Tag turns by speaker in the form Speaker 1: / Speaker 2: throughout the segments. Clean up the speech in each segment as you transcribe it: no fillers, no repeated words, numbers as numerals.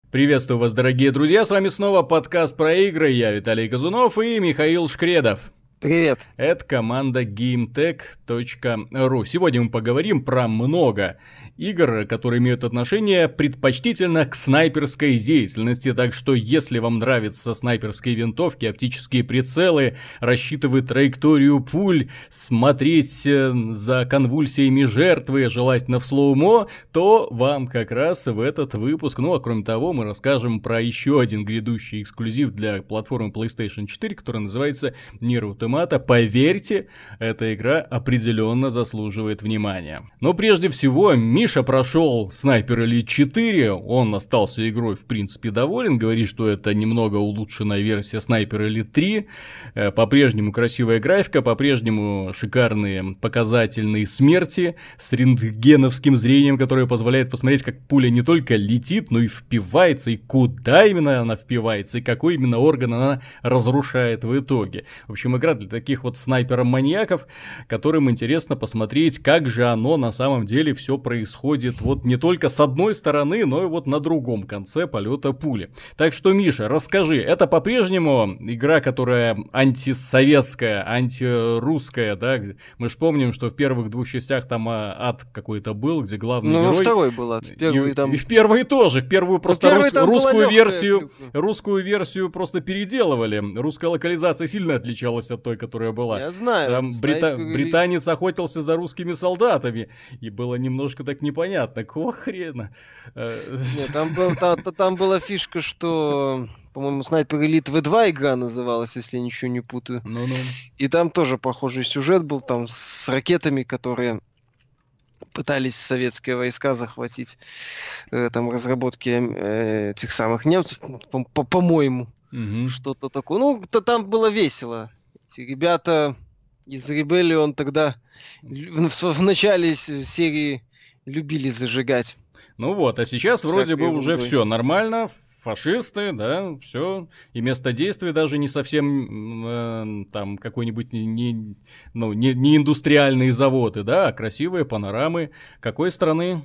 Speaker 1: Приветствую вас, дорогие друзья, с вами снова подкаст про игры, я Виталий Казунов и Михаил Шкредов.
Speaker 2: Привет.
Speaker 1: Это команда GameTech.ru. Сегодня мы поговорим про много игр, которые имеют отношение предпочтительно к снайперской деятельности. Так что, если вам нравятся снайперские винтовки, оптические прицелы, рассчитывать траекторию пуль, смотреть за конвульсиями жертвы, желательно в слоумо, то вам как раз в этот выпуск. Ну, а кроме того, мы расскажем про еще один грядущий эксклюзив для платформы PlayStation 4, который называется Nier Automata. Поверьте, эта игра определенно заслуживает внимания. Но прежде всего, Миша прошел Sniper Elite 4, он остался игрой в принципе доволен, говорит, что это немного улучшенная версия Sniper Elite 3, по-прежнему красивая графика, по-прежнему шикарные показательные смерти с рентгеновским зрением, которое позволяет посмотреть, как пуля не только летит, но и впивается, и куда именно она впивается, и какой именно орган она разрушает в итоге. В общем, игра для таких вот снайперов-маньяков, которым интересно посмотреть, как же оно на самом деле все происходит вот не только с одной стороны, но и вот на другом конце полета пули. Так что, Миша, расскажи, это по-прежнему игра, которая антисоветская, антирусская, да? Мы же помним, что в первых двух частях там ад какой-то был, где главный герой...
Speaker 2: Ну, во второй был ад.
Speaker 1: И в первой тоже, в первую просто русскую версию просто переделывали. Русская локализация сильно отличалась от той, которая была.
Speaker 2: Я знаю.
Speaker 1: Там британец охотился за русскими солдатами, и было немножко так непонятно, какого хрена.
Speaker 2: Нет, там была фишка, что, по-моему, Sniper Elite V2 игра называлась, если я ничего не путаю.
Speaker 1: Ну-ну.
Speaker 2: И там тоже похожий сюжет был, там с ракетами, которые пытались советские войска захватить, там разработки этих самых немцев, по-моему.
Speaker 1: Угу.
Speaker 2: Что-то такое. Ну, там было весело. Эти ребята из Rebellion тогда в начале серии любили зажигать.
Speaker 1: Ну вот, а сейчас вроде бы уже
Speaker 2: ерундой.
Speaker 1: все нормально, фашисты, да, все, и место действия даже не совсем там какой-нибудь не индустриальные заводы, да, а красивые панорамы. Какой страны?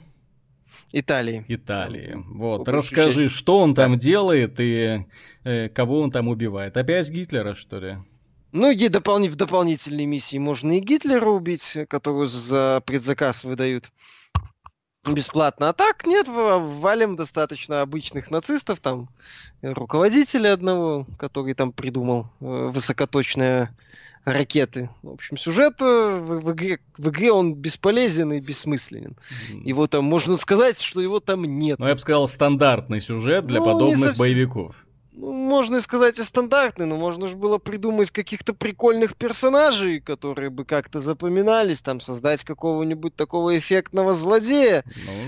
Speaker 1: Италии. Вот, расскажи, что он там делает и кого он там убивает. Опять Гитлера, что ли?
Speaker 2: Ну, и в дополнительной миссии можно и Гитлера убить, которую за предзаказ выдают бесплатно. А так, нет, валим достаточно обычных нацистов, там, руководителя одного, который там придумал высокоточные ракеты. В общем, сюжет в игре он бесполезен и бессмысленен. Его там, можно сказать, что его там нет.
Speaker 1: Ну, я бы сказал, стандартный сюжет для подобных боевиков.
Speaker 2: Ну, можно и сказать и стандартный, но можно же было придумать каких-то прикольных персонажей, которые бы как-то запоминались, там, создать какого-нибудь такого эффектного злодея,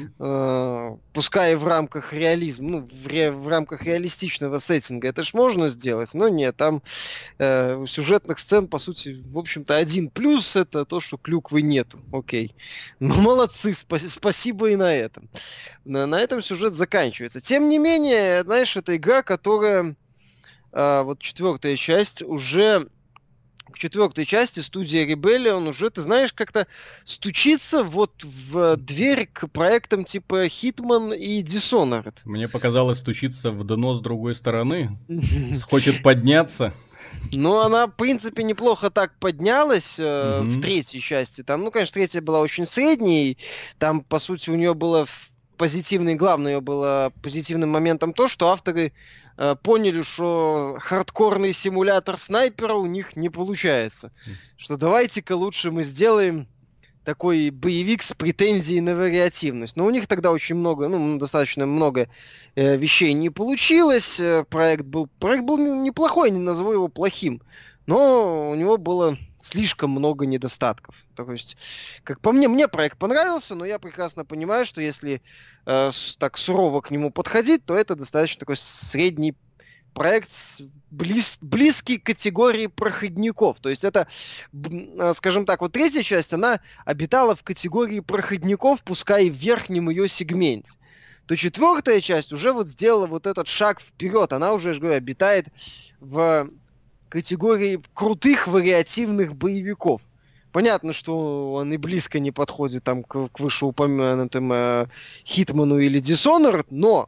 Speaker 2: пускай в рамках реализма, ну, в рамках реалистичного сеттинга, это ж можно сделать, но нет, там сюжетных сцен, по сути, в общем-то, один плюс, это то, что клюквы нету, окей. Ну, молодцы, спасибо и на этом. На этом сюжет заканчивается. Тем не менее, знаешь, это игра, которая вот четвертая часть уже... К четвертой части студия Rebellion уже, ты знаешь, как-то стучится вот в дверь к проектам типа Hitman и Dishonored.
Speaker 1: Мне показалось, стучится в дно с другой стороны. Хочет подняться.
Speaker 2: Ну, она, в принципе, неплохо так поднялась в третьей части. Там, ну, конечно, третья была очень средней. Там, по сути, у нее было главное ее было позитивным моментом то, что авторы поняли, что хардкорный симулятор снайпера у них не получается. Что давайте-ка лучше мы сделаем такой боевик с претензией на вариативность. Но у них тогда очень много, ну, достаточно много вещей не получилось. Проект был неплохой, не назову его плохим. Но у него было слишком много недостатков. То есть, как по мне проект понравился, но я прекрасно понимаю, что если так сурово к нему подходить, то это достаточно такой средний проект, близкий к категории проходников. То есть это, скажем так, вот третья часть, она обитала в категории проходников, пускай и в верхнем ее сегменте. То четвертая часть уже вот сделала вот этот шаг вперед. Она уже, я же говорю, обитает в категории крутых вариативных боевиков. Понятно, что он и близко не подходит там к вышеупомянутым Хитману или Dishonored, но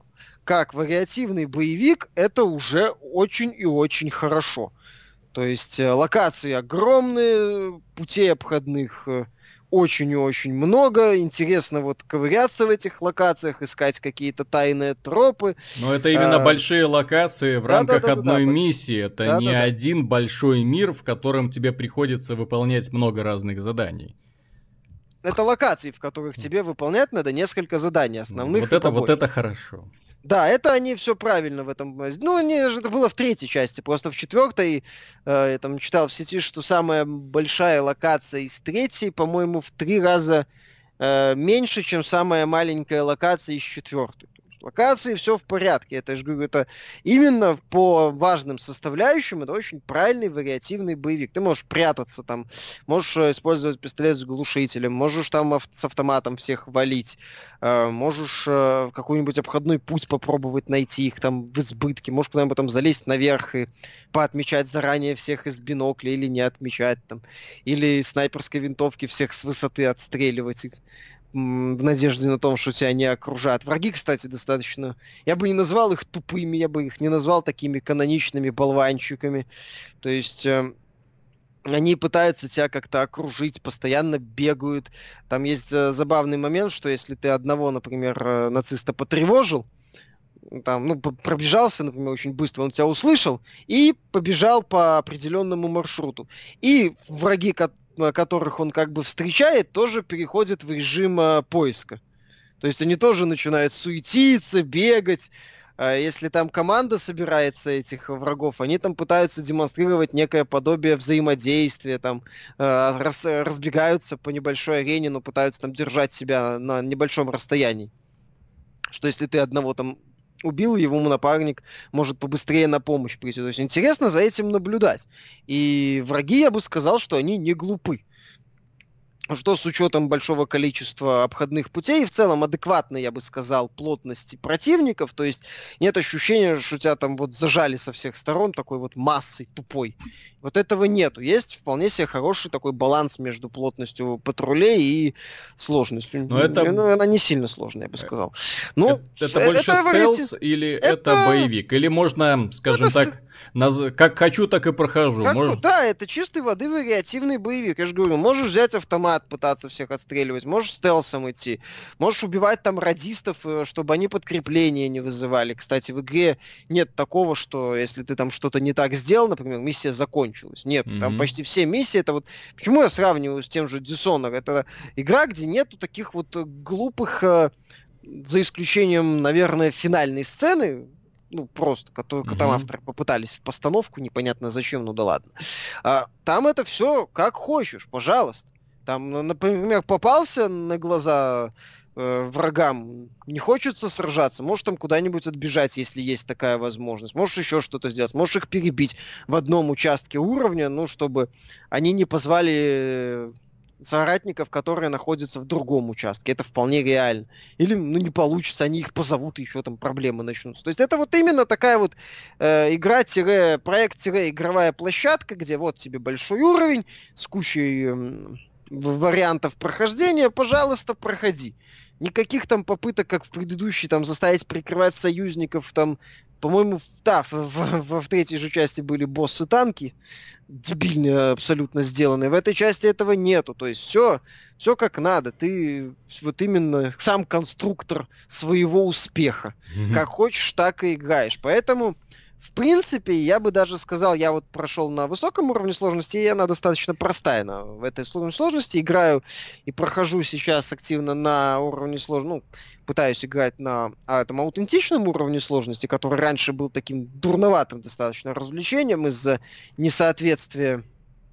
Speaker 2: как вариативный боевик, это уже очень и очень хорошо. То есть локации огромные, путей обходных очень и очень много. Интересно вот ковыряться в этих локациях, искать какие-то тайные тропы.
Speaker 1: Но это именно большие локации в рамках одной миссии. Это не один большой мир, в котором тебе приходится выполнять много разных заданий.
Speaker 2: Это локации, в которых тебе выполнять надо несколько заданий основных.
Speaker 1: Вот это хорошо.
Speaker 2: Да, это они все правильно в этом. Ну, это было в третьей части. Просто в четвертой я там читал в сети, что самая большая локация из третьей, по-моему, в 3 раза меньше, чем самая маленькая локация из четвертой. Локации все в порядке. Это, я же говорю, это именно по важным составляющим, это очень правильный вариативный боевик. Ты можешь прятаться там, можешь использовать пистолет с глушителем, можешь там с автоматом всех валить, можешь какой-нибудь обходной путь попробовать найти, их там в избытке, можешь куда-нибудь там залезть наверх и поотмечать заранее всех из бинокля или не отмечать там, или из снайперской винтовки всех с высоты отстреливать их в надежде на том, что тебя не окружат. Враги, кстати, достаточно... Я бы не назвал их тупыми, я бы их не назвал такими каноничными болванчиками. То есть они пытаются тебя как-то окружить, постоянно бегают. Там есть забавный момент, что если ты одного, например, нациста потревожил, там, ну, пробежался, например, очень быстро, он тебя услышал и побежал по определенному маршруту. И враги, которых он как бы встречает, тоже переходят в режим поиска. То есть они тоже начинают суетиться, бегать. Если там команда собирается этих врагов, они там пытаются демонстрировать некое подобие взаимодействия, там разбегаются по небольшой арене, но пытаются там держать себя на небольшом расстоянии. Что если ты одного там убил, его напарник может побыстрее на помощь прийти. То есть интересно за этим наблюдать. И враги, я бы сказал, что они не глупы. Что с учетом большого количества обходных путей и в целом адекватной, я бы сказал, плотности противников, то есть нет ощущения, что тебя там вот зажали со всех сторон такой вот массой тупой. Вот этого нету. Есть вполне себе хороший такой баланс между плотностью патрулей и сложностью. Но она не сильно сложная, я бы сказал.
Speaker 1: Ну, это больше стелс или это боевик? Или можно, скажем так, как хочу, так и прохожу?
Speaker 2: Да, это чистой воды вариативный боевик. Я же говорю, можешь взять автомат, пытаться всех отстреливать, можешь стелсом идти, можешь убивать там радистов, чтобы они подкрепления не вызывали. Кстати, в игре нет такого, что если ты там что-то не так сделал, например, миссия закончилась. Нет, там почти все миссии, это вот... Почему я сравниваю с тем же Dishonored? Это игра, где нету таких вот глупых, за исключением, наверное, финальной сцены, ну, просто, которые там авторы попытались в постановку, непонятно зачем, ну да ладно. Там это все как хочешь, пожалуйста. Там, например, попался на глаза врагам, не хочется сражаться, можешь там куда-нибудь отбежать, если есть такая возможность. Можешь еще что-то сделать, можешь их перебить в одном участке уровня, ну, чтобы они не позвали соратников, которые находятся в другом участке. Это вполне реально. Или, ну, не получится, они их позовут, и еще там проблемы начнутся. То есть это вот именно такая вот игра-проект-игровая площадка, где вот тебе большой уровень с кучей вариантов прохождения, пожалуйста, проходи. Никаких там попыток, как в предыдущей, там, заставить прикрывать союзников, там, по-моему, да, в третьей же части были боссы-танки, дебильно абсолютно сделанные. В этой части этого нету. То есть все как надо. Ты вот именно сам конструктор своего успеха. Как хочешь, так и играешь. Поэтому, в принципе, я бы даже сказал, я вот прошел на высоком уровне сложности, и она достаточно простая в этой сложности. Играю и прохожу сейчас активно на уровне сложности, ну, пытаюсь играть на этом аутентичном уровне сложности, который раньше был таким дурноватым достаточно развлечением из-за несоответствия,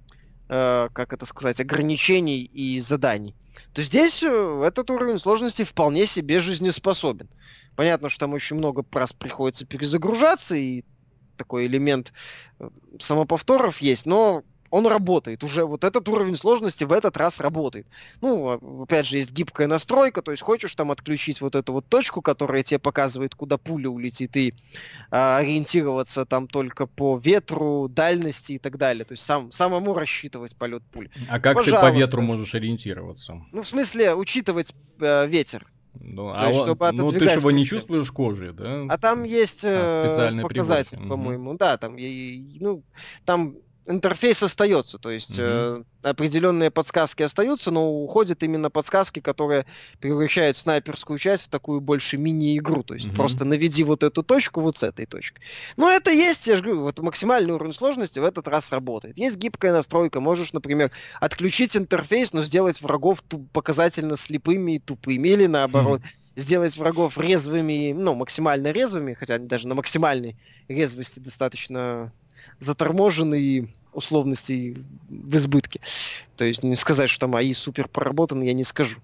Speaker 2: как это сказать, ограничений и заданий. То здесь этот уровень сложности вполне себе жизнеспособен. Понятно, что там очень много раз приходится перезагружаться, и такой элемент самоповторов есть, но он работает. Уже вот этот уровень сложности в этот раз работает. Ну, опять же, есть гибкая настройка, то есть хочешь там отключить вот эту вот точку, которая тебе показывает, куда пуля улетит, и ориентироваться там только по ветру, дальности и так далее. То есть самому рассчитывать полет пули.
Speaker 1: А как ты по ветру можешь ориентироваться?
Speaker 2: Ну, в смысле, учитывать ветер.
Speaker 1: Ну, ты же его не чувствуешь кожей, да?
Speaker 2: А там есть
Speaker 1: показатель,
Speaker 2: по-моему. Да, там, там интерфейс остается, то есть определенные подсказки остаются, но уходят именно подсказки, которые превращают снайперскую часть в такую больше мини-игру. То есть просто наведи вот эту точку вот с этой точкой. Но это есть, я же говорю, вот максимальный уровень сложности в этот раз работает. Есть гибкая настройка, можешь, например, отключить интерфейс, но сделать врагов показательно слепыми и тупыми, или наоборот, сделать врагов резвыми, ну, максимально резвыми, хотя они даже на максимальной резвости достаточно заторможены и условностей в избытке. То есть не сказать, что там АИ супер проработан, я не скажу.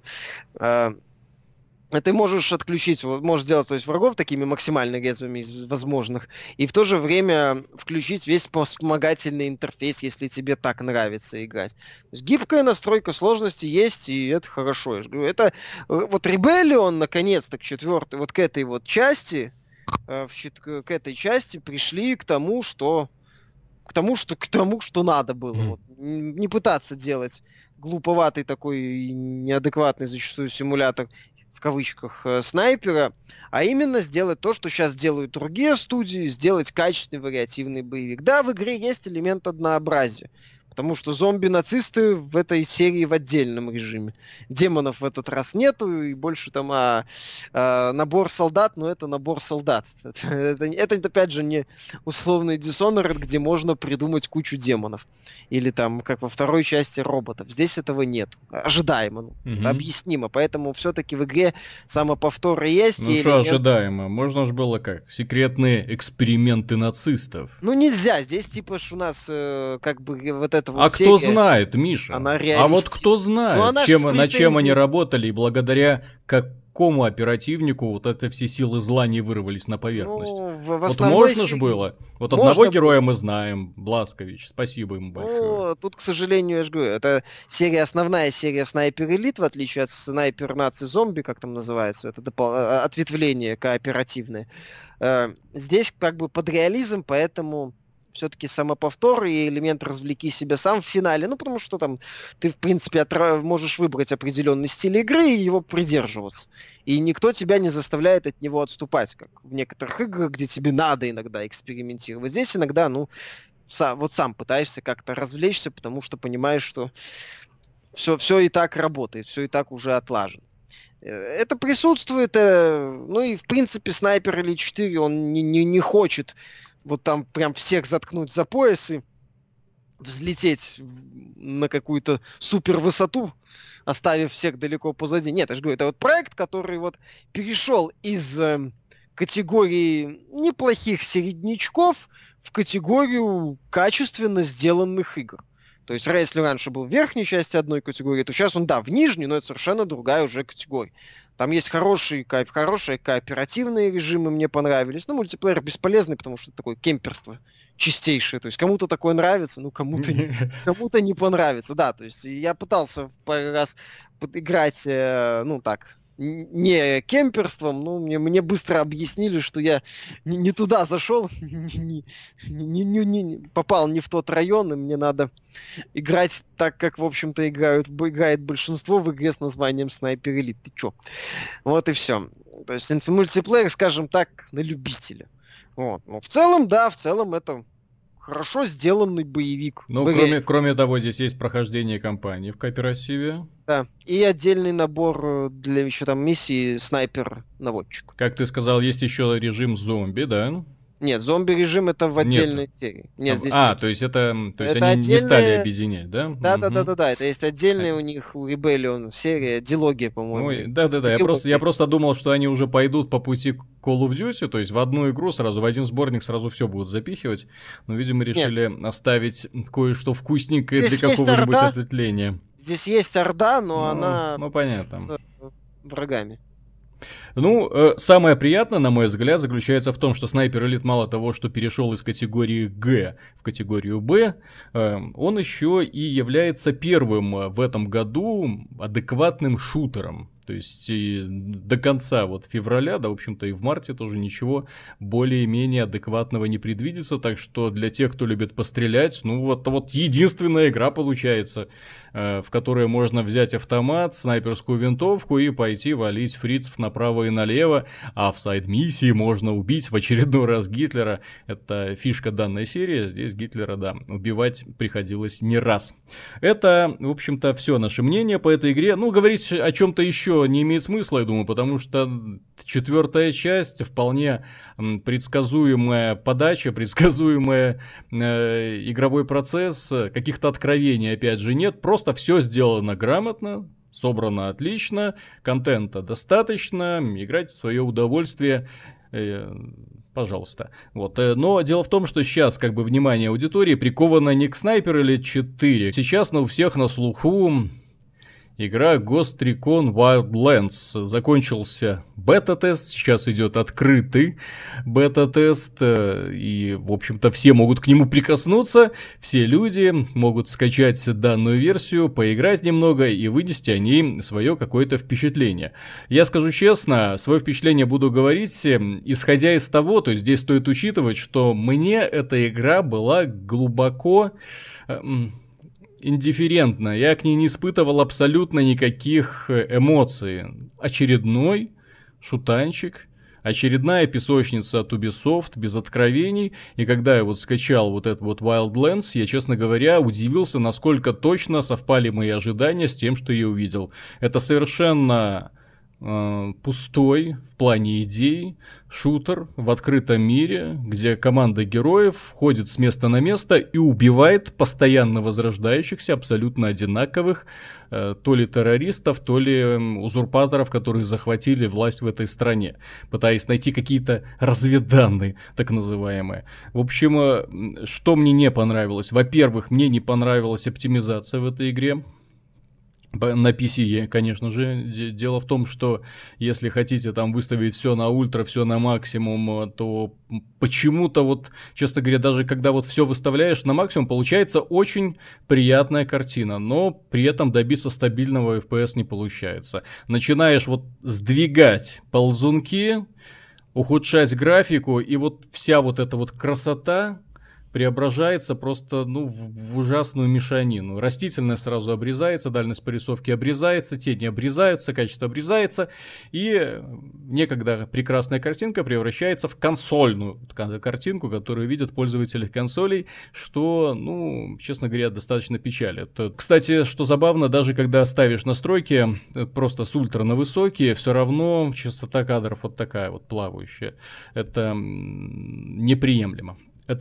Speaker 2: Ты можешь отключить, можешь сделать, то есть, врагов такими максимально резвыми из возможных, и в то же время включить весь вспомогательный интерфейс, если тебе так нравится играть. То есть гибкая настройка сложности есть, и это хорошо. Я же говорю, это вот Rebellion, наконец-то, к четвертой, вот к этой вот части, к этой части пришли к тому, что надо было. Вот. Не пытаться делать глуповатый такой неадекватный зачастую симулятор в кавычках снайпера, а именно сделать то, что сейчас делают другие студии, сделать качественный вариативный боевик. Да, в игре есть элемент однообразия, потому что зомби-нацисты в этой серии в отдельном режиме. Демонов в этот раз нету, и больше там набор солдат, но это набор солдат. Это опять же, не условный Dishonored, где можно придумать кучу демонов. Или там, как во второй части, роботов. Здесь этого нет. Ожидаемо. Это объяснимо. Поэтому все-таки в игре самоповторы есть.
Speaker 1: Ну что ожидаемо? Можно же было как? Секретные эксперименты нацистов.
Speaker 2: Ну нельзя. Здесь типа ж у нас как бы вот это
Speaker 1: вот кто знает, Миша? А вот кто знает, на чем они работали, и благодаря какому оперативнику вот это все силы зла не вырвались на поверхность? Вот можно же было. Вот одного героя мы знаем, Бласкович, спасибо ему большое.
Speaker 2: Тут, к сожалению, я же говорю, это основная серия Снайпер Элит, в отличие от Снайпер Наци Зомби, как там называется, это ответвление кооперативное. Здесь как бы под реализм, поэтому все-таки самоповтор и элемент «развлеки себя сам» в финале. Ну, потому что там ты, в принципе, можешь выбрать определенный стиль игры и его придерживаться. И никто тебя не заставляет от него отступать, как в некоторых играх, где тебе надо иногда экспериментировать. Здесь иногда, сам пытаешься как-то развлечься, потому что понимаешь, что все и так работает, все и так уже отлажено. Это присутствует, и, в принципе, Снайпер Элит 4, он не хочет вот там прям всех заткнуть за пояс и взлететь на какую-то супер высоту, оставив всех далеко позади. Нет, я же говорю, это вот проект, который вот перешел из категории неплохих середнячков в категорию качественно сделанных игр. То есть, если раньше был в верхней части одной категории, то сейчас он, в нижней, но это совершенно другая уже категория. Там есть хорошие кооперативные режимы, мне понравились. Мультиплеер бесполезный, потому что это такое кемперство чистейшее. То есть кому-то такое нравится, кому-то не понравится. Да, то есть я пытался пару раз играть, не кемперством, но мне быстро объяснили, что я не туда зашел, попал не в тот район, и мне надо играть так, как, в общем-то, играет большинство в игре с названием Снайпер Элит. Ты чё? Вот и все. То есть мультиплеер, скажем так, на любителя. Вот. Но в целом это хорошо сделанный боевик.
Speaker 1: Ну, кроме того, здесь есть прохождение кампании в кооперативе.
Speaker 2: Да, и отдельный набор для еще там миссии снайпер-наводчик.
Speaker 1: Как ты сказал, есть еще режим зомби, да?
Speaker 2: Нет, зомби-режим это в отдельной серии. Нет, здесь нет.
Speaker 1: То есть они не стали объединять, да?
Speaker 2: Да, это есть отдельная у них, у Rebellion серия, дилогия, по-моему.
Speaker 1: Да. Я просто думал, что они уже пойдут по пути Call of Duty, то есть в одну игру сразу, в один сборник сразу все будут запихивать. Но, видимо, решили оставить кое-что вкусненькое для какого-нибудь ответвления.
Speaker 2: Здесь есть Орда, но она
Speaker 1: понятно.
Speaker 2: С врагами.
Speaker 1: Самое приятное, на мой взгляд, заключается в том, что Снайпер Элит мало того, что перешел из категории Г в категорию Б, он еще и является первым в этом году адекватным шутером. То есть и до конца вот февраля, да, в общем-то, и в марте тоже ничего более-менее адекватного не предвидится. Так что для тех, кто любит пострелять, ну вот единственная игра получается, в которой можно взять автомат, снайперскую винтовку и пойти валить фрицев направо и налево. А в сайд-миссии можно убить в очередной раз Гитлера. Это фишка данной серии. Здесь Гитлера, да, убивать приходилось не раз. Это, в общем-то, все наше мнение по этой игре. Ну, говорить о чем-то еще не имеет смысла, я думаю, потому что 4-я часть вполне предсказуемая подача, предсказуемая игровой процесс, каких-то откровений, опять же, нет. Просто все сделано грамотно, собрано отлично, контента достаточно, играть в свое удовольствие. Пожалуйста. Вот. Но дело в том, что сейчас как бы внимание аудитории приковано не к Sniper Elite 4. Сейчас у всех на слуху игра Ghost Recon Wildlands. Закончился бета-тест, сейчас идет открытый бета-тест, и, в общем-то, все могут к нему прикоснуться, все люди могут скачать данную версию, поиграть немного и вынести о ней свое какое-то впечатление. Я скажу честно, свое впечатление буду говорить, исходя из того, то есть здесь стоит учитывать, что мне эта игра была глубоко индифферентно, я к ней не испытывал абсолютно никаких эмоций. Очередной шутанчик, очередная песочница от Ubisoft, без откровений. И когда я вот скачал вот этот вот Wildlands, я, честно говоря, удивился, насколько точно совпали мои ожидания с тем, что я увидел. Это совершенно пустой в плане идей шутер в открытом мире, где команда героев ходит с места на место и убивает постоянно возрождающихся, абсолютно одинаковых, то ли террористов, то ли узурпаторов, которые захватили власть в этой стране, пытаясь найти какие-то разведданные, так называемые. В общем, что мне не понравилось? Во-первых, мне не понравилась оптимизация в этой игре. На PC, конечно же. Дело в том, что если хотите там выставить все на ультра, все на максимум, то почему-то вот, честно говоря, даже когда вот все выставляешь на максимум, получается очень приятная картина, но при этом добиться стабильного FPS не получается. Начинаешь вот сдвигать ползунки, ухудшать графику, и вот вся вот эта вот красота преображается просто, в ужасную мешанину. Растительность сразу обрезается, дальность порисовки обрезается, тени обрезаются, качество обрезается, и некогда прекрасная картинка превращается в консольную картинку, которую видят пользователи консолей, что, честно говоря, достаточно печалит. Кстати, что забавно, даже когда ставишь настройки просто с ультра на высокие, все равно частота кадров вот такая вот плавающая. Это неприемлемо.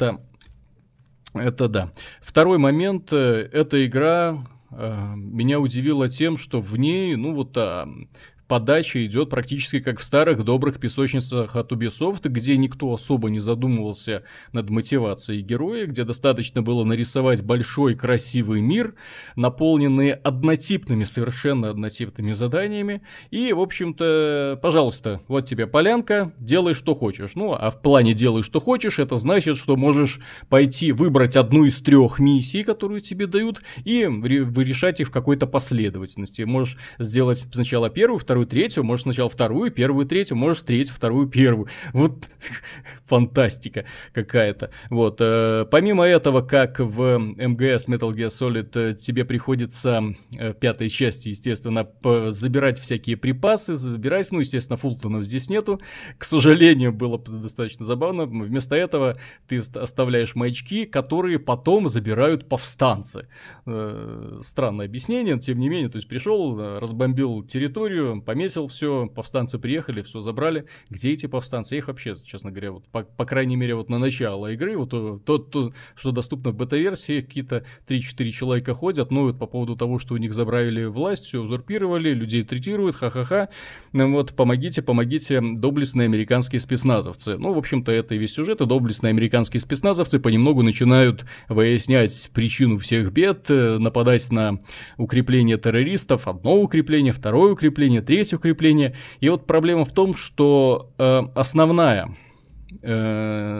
Speaker 1: Это да. Второй момент. Эта игра меня удивила тем, что в ней, подача идет практически как в старых добрых песочницах от Ubisoft, где никто особо не задумывался над мотивацией героя, где достаточно было нарисовать большой красивый мир, наполненный совершенно однотипными заданиями, и, в общем-то, пожалуйста, вот тебе полянка, делай что хочешь. А в плане делай что хочешь, это значит, что можешь пойти выбрать одну из 3 миссий, которые тебе дают, и решать их в какой-то последовательности. Можешь сделать сначала первую, вторую, третью, можешь сначала вторую, первую, третью, можешь третью, вторую, первую. Вот фантастика какая-то. Вот. Помимо этого, как в МГС Metal Gear Solid тебе приходится в 5-й части, естественно, забирать всякие припасы, естественно, фултонов здесь нету. К сожалению, было достаточно забавно. Вместо этого ты оставляешь маячки, которые потом забирают повстанцы. Странное объяснение, но тем не менее, то есть пришел, разбомбил территорию, пометил все, повстанцы приехали, все забрали. Где эти повстанцы? Я их вообще, честно говоря, вот по крайней мере, вот на начало игры, вот то, что доступно в бета-версии, какие-то 3-4 человека ходят, ноют по поводу того, что у них забрали власть, все узурпировали, людей третируют, ха-ха-ха. Вот, помогите, доблестные американские спецназовцы. В общем-то, это и весь сюжет, и доблестные американские спецназовцы понемногу начинают выяснять причину всех бед, нападать на укрепление террористов, одно укрепление, второе укрепление, третье укрепление. И вот проблема в том, что основная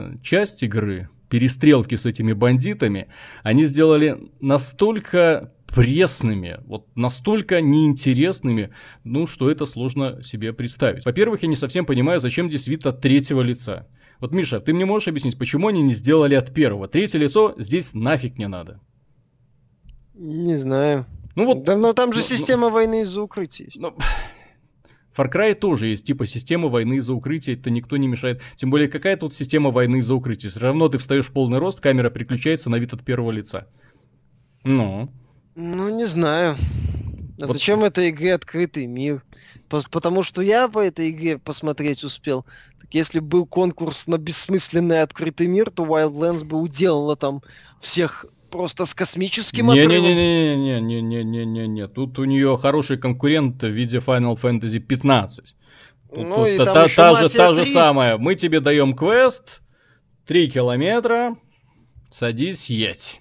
Speaker 1: часть игры, перестрелки с этими бандитами, они сделали настолько пресными, вот настолько неинтересными, ну, что это сложно себе представить. Во-первых, я не совсем понимаю, зачем здесь вид от третьего лица. Вот, Миша, ты мне можешь объяснить, почему они не сделали от первого? Третье лицо здесь нафиг не надо.
Speaker 2: Не знаю.
Speaker 1: Ну вот,
Speaker 2: да, но там же система войны из-за укрытия есть.
Speaker 1: Far Cry тоже есть типа система войны из-за укрытия, это никто не мешает. Тем более, какая тут система войны из-за укрытия? Все равно ты встаешь в полный рост, камера переключается на вид от первого лица. Ну,
Speaker 2: не знаю. А
Speaker 1: вот.
Speaker 2: Зачем этой игре открытый мир? Потому что я по этой игре посмотреть успел. Так если был конкурс на бессмысленный открытый мир, то Wildlands бы уделала там всех просто с космическим отрывом.
Speaker 1: Не-не-не-не-не-не-не-не-не. Тут у нее хороший конкурент в виде Final Fantasy 15.
Speaker 2: Ну и
Speaker 1: та же самая. Мы тебе даем квест, 3 километра, садись, едь.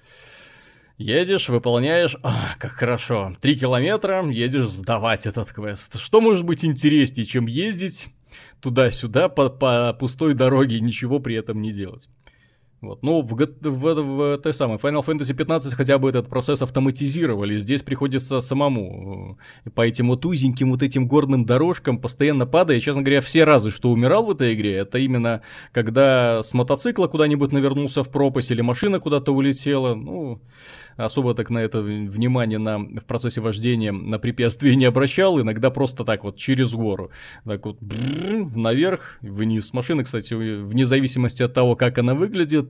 Speaker 1: Едешь, выполняешь, как хорошо, 3 километра, едешь сдавать этот квест. Что может быть интереснее, чем ездить туда-сюда по пустой дороге и ничего при этом не делать? Вот. Ну, в той самой Final Fantasy 15 хотя бы этот процесс автоматизировали. Здесь приходится самому по этим вот узеньким вот этим горным дорожкам постоянно падая. Честно говоря, все разы, что умирал в этой игре, это именно когда с мотоцикла куда-нибудь навернулся в пропасть или машина куда-то улетела. Ну, особо так на это внимание в процессе вождения на препятствия не обращал. Иногда просто так вот через гору. Так вот наверх, вниз. Машина, кстати, вне зависимости от того, как она выглядит,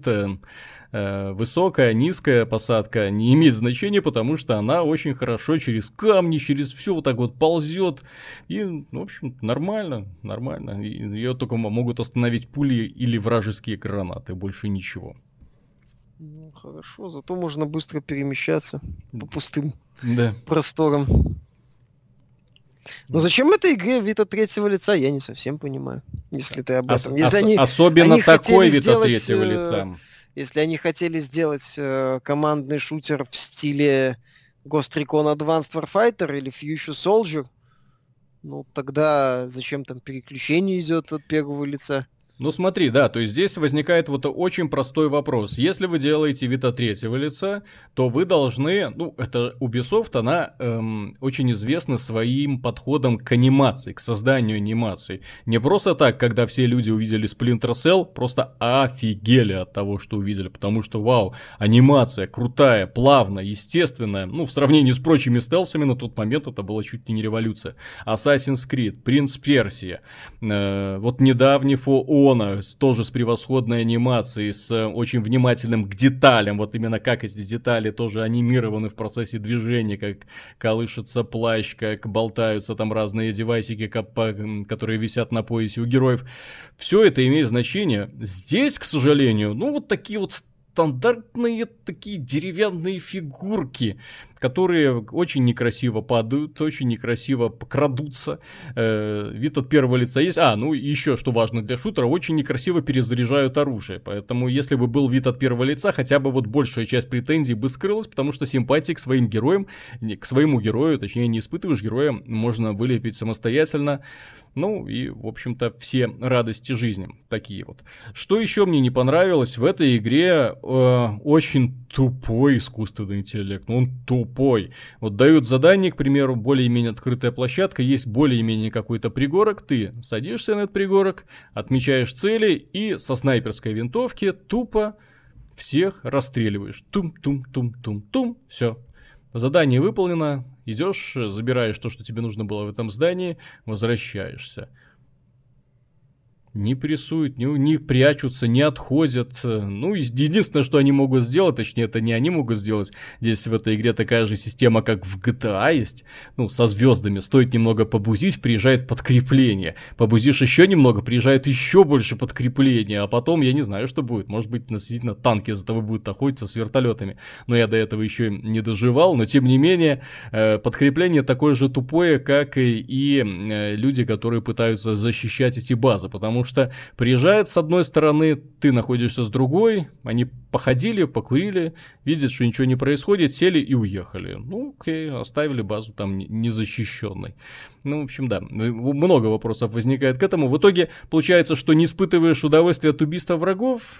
Speaker 1: высокая, низкая посадка не имеет значения, потому что она очень хорошо через камни, через все вот так вот ползет. И, в общем, нормально. Ее только могут остановить пули или вражеские гранаты, больше ничего.
Speaker 2: Ну, хорошо, зато можно быстро перемещаться по пустым
Speaker 1: да.
Speaker 2: просторам. Но зачем этой игре вид от третьего лица, я не совсем понимаю, если ты об этом.
Speaker 1: Особенно такой вид от третьего лица.
Speaker 2: Если они хотели сделать командный шутер в стиле Ghost Recon Advanced Warfighter или Future Soldier, ну тогда зачем там переключение идет от первого лица?
Speaker 1: Ну смотри, да, то есть здесь возникает вот очень простой вопрос. Если вы делаете вид от третьего лица, то вы должны, ну это Ubisoft, она очень известна своим подходом к анимации, к созданию анимаций. Не просто так, когда все люди увидели Splinter Cell, просто офигели от того, что увидели, потому что вау, анимация крутая, плавная, естественная, ну в сравнении с прочими стелсами на тот момент это была чуть ли не революция. Assassin's Creed, Принц Персия, вот недавний For Honor, тоже с превосходной анимацией, с очень внимательным к деталям, вот именно как эти детали тоже анимированы в процессе движения, как колышется плащ, как болтаются там разные девайсики, которые висят на поясе у героев. Все это имеет значение. Здесь, к сожалению, ну вот такие вот стандартные такие деревянные фигурки, которые очень некрасиво падают, очень некрасиво крадутся. Вид от первого лица есть. Ну и еще, что важно для шутера, очень некрасиво перезаряжают оружие. Поэтому, если бы был вид от первого лица, хотя бы вот большая часть претензий бы скрылась, потому что симпатии к своим героям, к своему герою, точнее, не испытываешь героя, можно вылепить самостоятельно. Ну и, в общем-то, все радости жизни такие вот. Что еще мне не понравилось? В этой игре очень тупой искусственный интеллект. Он тупой. Вот дают задание, к примеру, более-менее открытая площадка, есть более-менее какой-то пригорок, ты садишься на этот пригорок, отмечаешь цели и со снайперской винтовки тупо всех расстреливаешь. Тум-тум-тум-тум-тум, все. Задание выполнено, идешь, забираешь то, что тебе нужно было в этом здании, возвращаешься. Не прессуют, не прячутся, не отходят. Ну, единственное, что они могут сделать, точнее, это не они могут сделать. Здесь в этой игре такая же система, как в GTA есть. Ну, со звездами. Стоит немного побузить, приезжает подкрепление. Побузишь еще немного, приезжает еще больше подкрепления. А потом, я не знаю, что будет. Может быть, действительно, танки за тобой будут охотиться с вертолетами. Но я до этого еще не доживал. Но, тем не менее, подкрепление такое же тупое, как и люди, которые пытаются защищать эти базы. Потому что приезжает с одной стороны, ты находишься с другой, они походили, покурили, видят, что ничего не происходит, сели и уехали. Ну, окей, оставили базу там незащищенной. Ну, в общем, да, много вопросов возникает к этому. В итоге получается, что не испытываешь удовольствия от убийства врагов.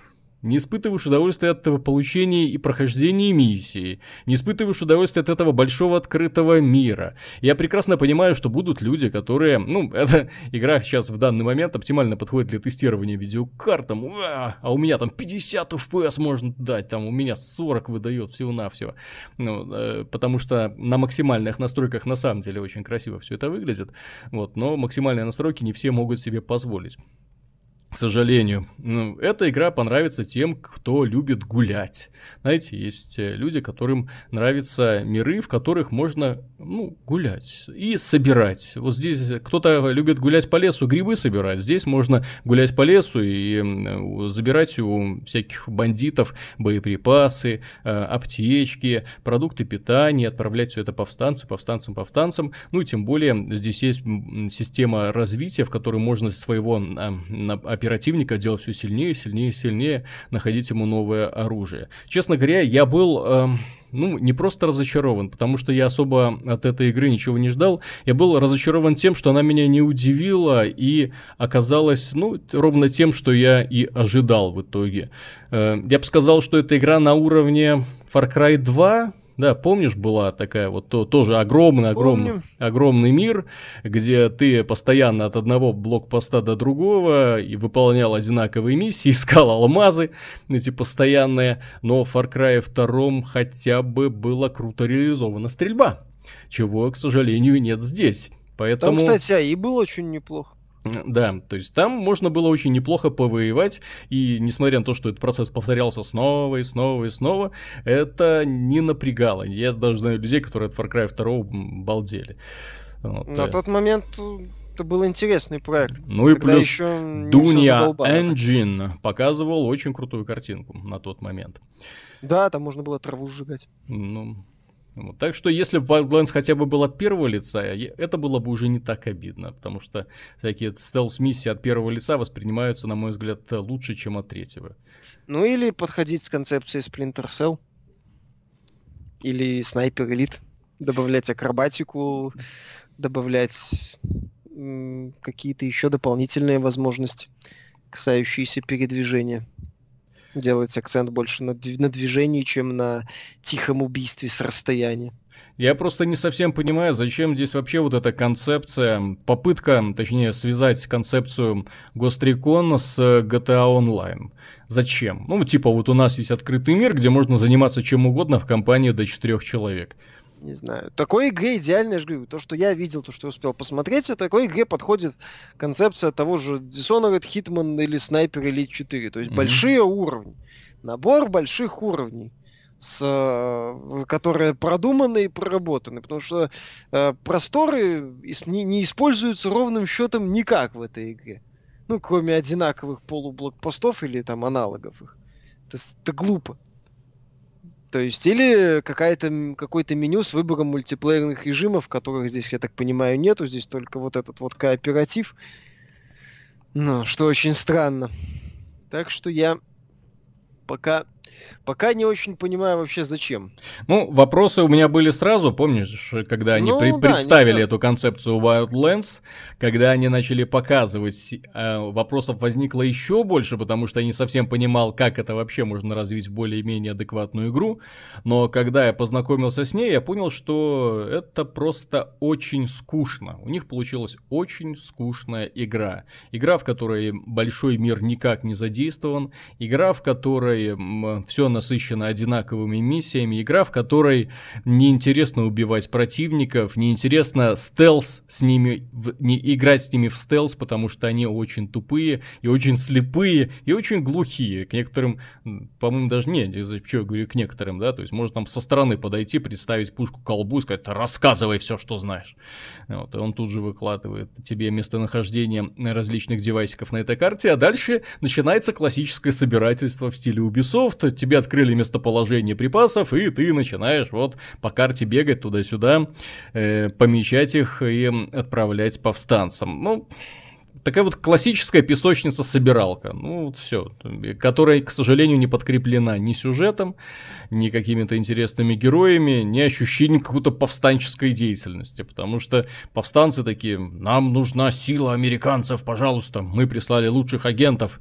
Speaker 1: не испытываешь удовольствия от этого получения и прохождения миссии, не испытываешь удовольствия от этого большого открытого мира. Я прекрасно понимаю, что будут люди, которые... эта игра сейчас в данный момент оптимально подходит для тестирования видеокарт, а у меня там 50 FPS можно дать, там у меня 40 выдает всего-навсего. Потому что на максимальных настройках на самом деле очень красиво все это выглядит, но максимальные настройки не все могут себе позволить. К сожалению, эта игра понравится тем, кто любит гулять. Знаете, есть люди, которым нравятся миры, в которых можно, гулять и собирать. Вот здесь кто-то любит гулять по лесу, грибы собирать. Здесь можно гулять по лесу и забирать у всяких бандитов боеприпасы, аптечки, продукты питания, отправлять все это повстанцам. И тем более здесь есть система развития, в которой можно своего оперативника делать все сильнее, находить ему новое оружие. Честно говоря, я был... не просто разочарован, потому что я особо от этой игры ничего не ждал. Я был разочарован тем, что она меня не удивила и оказалась, ровно тем, что я и ожидал в итоге. Я бы сказал, что эта игра на уровне Far Cry 2. Да, помнишь, была такая тоже огромный мир, где ты постоянно от одного блокпоста до другого и выполнял одинаковые миссии, искал алмазы, эти постоянные, но в Far Cry 2 хотя бы была круто реализована стрельба, чего, к сожалению, нет здесь. Поэтому...
Speaker 2: Там, кстати, АИ был очень неплохо.
Speaker 1: Да, то есть там можно было очень неплохо повоевать, и несмотря на то, что этот процесс повторялся снова и снова, это не напрягало. Я даже знаю людей, которые от Far Cry 2 балдели.
Speaker 2: На тот момент это был интересный проект.
Speaker 1: И плюс Dunia Engine показывал очень крутую картинку на тот момент.
Speaker 2: Да, там можно было траву сжигать.
Speaker 1: Так что если бы Wildlands хотя бы был от первого лица, это было бы уже не так обидно, потому что всякие стелс-миссии от первого лица воспринимаются, на мой взгляд, лучше, чем от третьего.
Speaker 2: Или подходить с концепцией Splinter Cell, или Sniper Elite, добавлять акробатику, добавлять какие-то еще дополнительные возможности, касающиеся передвижения. Делать акцент больше на движении, чем на тихом убийстве с расстояния.
Speaker 1: Я просто не совсем понимаю, зачем здесь вообще эта концепция, попытка, точнее, связать концепцию Ghost Recon с GTA Online. Зачем? У нас есть открытый мир, где можно заниматься чем угодно в компании до 4 человек.
Speaker 2: Не знаю. Такой игре идеально, я же говорю, то, что я видел, то, что я успел посмотреть, такой игре подходит концепция того же Dishonored, Hitman или Sniper Elite 4. То есть большие уровни. Набор больших уровней, которые продуманы и проработаны. Потому что просторы не используются ровным счетом никак в этой игре. Кроме одинаковых полублокпостов или там аналогов их. Это глупо. То есть, или какое-то меню с выбором мультиплеерных режимов, которых здесь, я так понимаю, нету. Здесь только этот кооператив. Что очень странно. Так что я пока не очень понимаю вообще зачем.
Speaker 1: Вопросы у меня были сразу, помнишь, когда они представили эту концепцию Wildlands, когда они начали показывать, вопросов возникло еще больше, потому что я не совсем понимал, как это вообще можно развить в более-менее адекватную игру, но когда я познакомился с ней, я понял, что это просто очень скучно. У них получилась очень скучная игра. Игра, в которой большой мир никак не задействован, игра, в которой все насыщено одинаковыми миссиями, игра, в которой неинтересно убивать противников, неинтересно стелс с ними, играть с ними в стелс, потому что они очень тупые, и очень слепые, и очень глухие. К некоторым, по-моему, даже что я говорю к некоторым, да, то есть можно там со стороны подойти, представить пушку к колбу и сказать: рассказывай все, что знаешь. И он тут же выкладывает тебе местонахождение различных девайсиков на этой карте, а дальше начинается классическое собирательство в стиле Ubisoft. Тебе открыли местоположение припасов, и ты начинаешь по карте бегать туда-сюда, помечать их и отправлять повстанцам. Такая классическая песочница-собиралка. Все. Которая, к сожалению, не подкреплена ни сюжетом, ни какими-то интересными героями, ни ощущением какой-то повстанческой деятельности. Потому что повстанцы такие: нам нужна сила американцев, пожалуйста, мы прислали лучших агентов.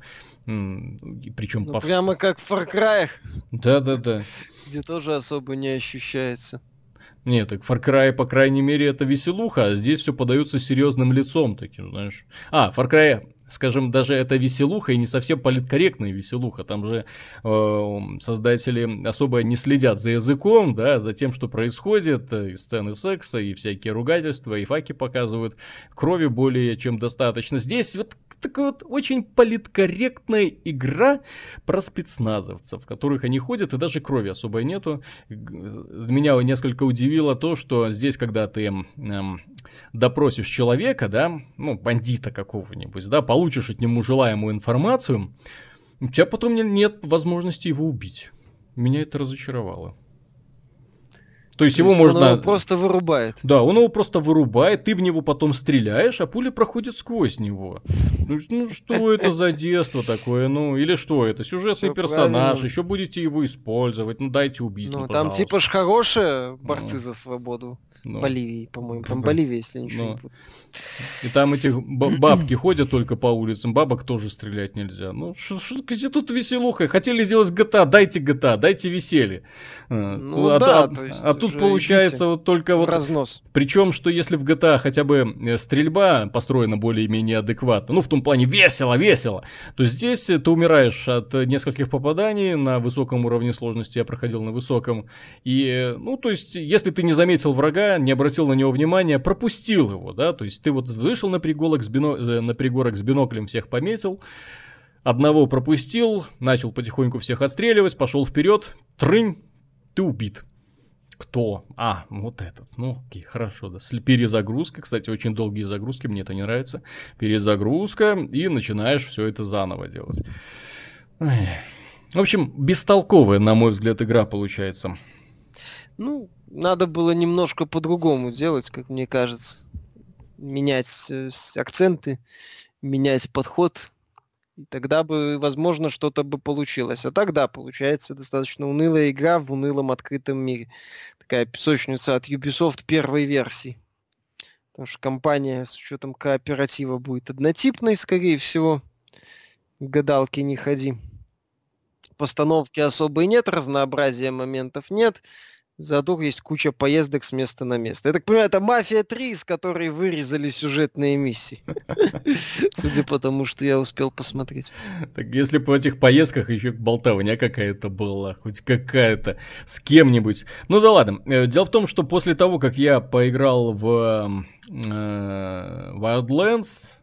Speaker 1: Причем
Speaker 2: прямо как в Far Cry.
Speaker 1: Да.
Speaker 2: Где тоже особо не ощущается.
Speaker 1: Нет, так Far Cry, по крайней мере, это веселуха, а здесь все подается серьезным лицом таким, знаешь. Far Cry, скажем, даже это веселуха и не совсем политкорректная веселуха. Там же создатели особо не следят за языком, да, за тем, что происходит, и сцены секса, и всякие ругательства, и факи показывают. Крови более чем достаточно. Здесь вот такая вот очень политкорректная игра про спецназовцев, в которых они ходят, и даже крови особо нету. Меня несколько удивило то, что здесь, когда ты допросишь человека, да, ну, бандита какого-нибудь, да, получишь от него желаемую информацию, у тебя потом нет возможности его убить. Меня это разочаровало. То есть его можно...
Speaker 2: Он его просто вырубает.
Speaker 1: Да, он его просто вырубает, ты в него потом стреляешь, а пуля проходит сквозь него. Ну что это за детство такое, ну или что это, сюжетный
Speaker 2: Всё
Speaker 1: персонаж,
Speaker 2: правильно.
Speaker 1: еще будете его использовать, ну дайте убить,
Speaker 2: Ну, там
Speaker 1: пожалуйста.
Speaker 2: типа ж хорошие борцы за свободу. Боливии, по-моему. Там Боливия, если ничего не путаю.
Speaker 1: И там этих бабки ходят только по улицам, бабок тоже стрелять нельзя. Ну, где тут веселуха? Хотели делать GTA, дайте веселье. А тут получается вот только вот...
Speaker 2: Разнос.
Speaker 1: Причем, что если в GTA хотя бы стрельба построена более-менее адекватно, ну, в том плане весело, то здесь ты умираешь от нескольких попаданий на высоком уровне сложности, я проходил на высоком. И, ну, то есть, если ты не заметил врага, не обратил на него внимания, пропустил его, да, то есть ты вот вышел на пригорок с биноклем, всех пометил, одного пропустил, начал потихоньку всех отстреливать, пошел вперед, трынь, ты убит. Кто? Вот этот. Ну, окей, хорошо, да. Перезагрузка, кстати, очень долгие загрузки, мне это не нравится. Перезагрузка, и начинаешь все это заново делать. В общем, бестолковая, на мой взгляд, игра получается.
Speaker 2: Ну, надо было немножко по-другому делать, как мне кажется. Менять акценты, менять подход. И тогда бы, возможно, что-то бы получилось. А тогда получается достаточно унылая игра в унылом открытом мире. Такая песочница от Ubisoft первой версии. Потому что компания с учетом кооператива будет однотипной, скорее всего. К гадалке не ходи. Постановки особой нет, разнообразия моментов нет. Зато есть куча поездок с места на место. Я так понимаю, это «Мафия 3», из которой вырезали сюжетные миссии. Судя по тому, что я успел посмотреть.
Speaker 1: Так если по этих поездках еще болтовня какая-то была, хоть какая-то, с кем-нибудь. Ну да ладно. Дело в том, что после того, как я поиграл в Wildlands,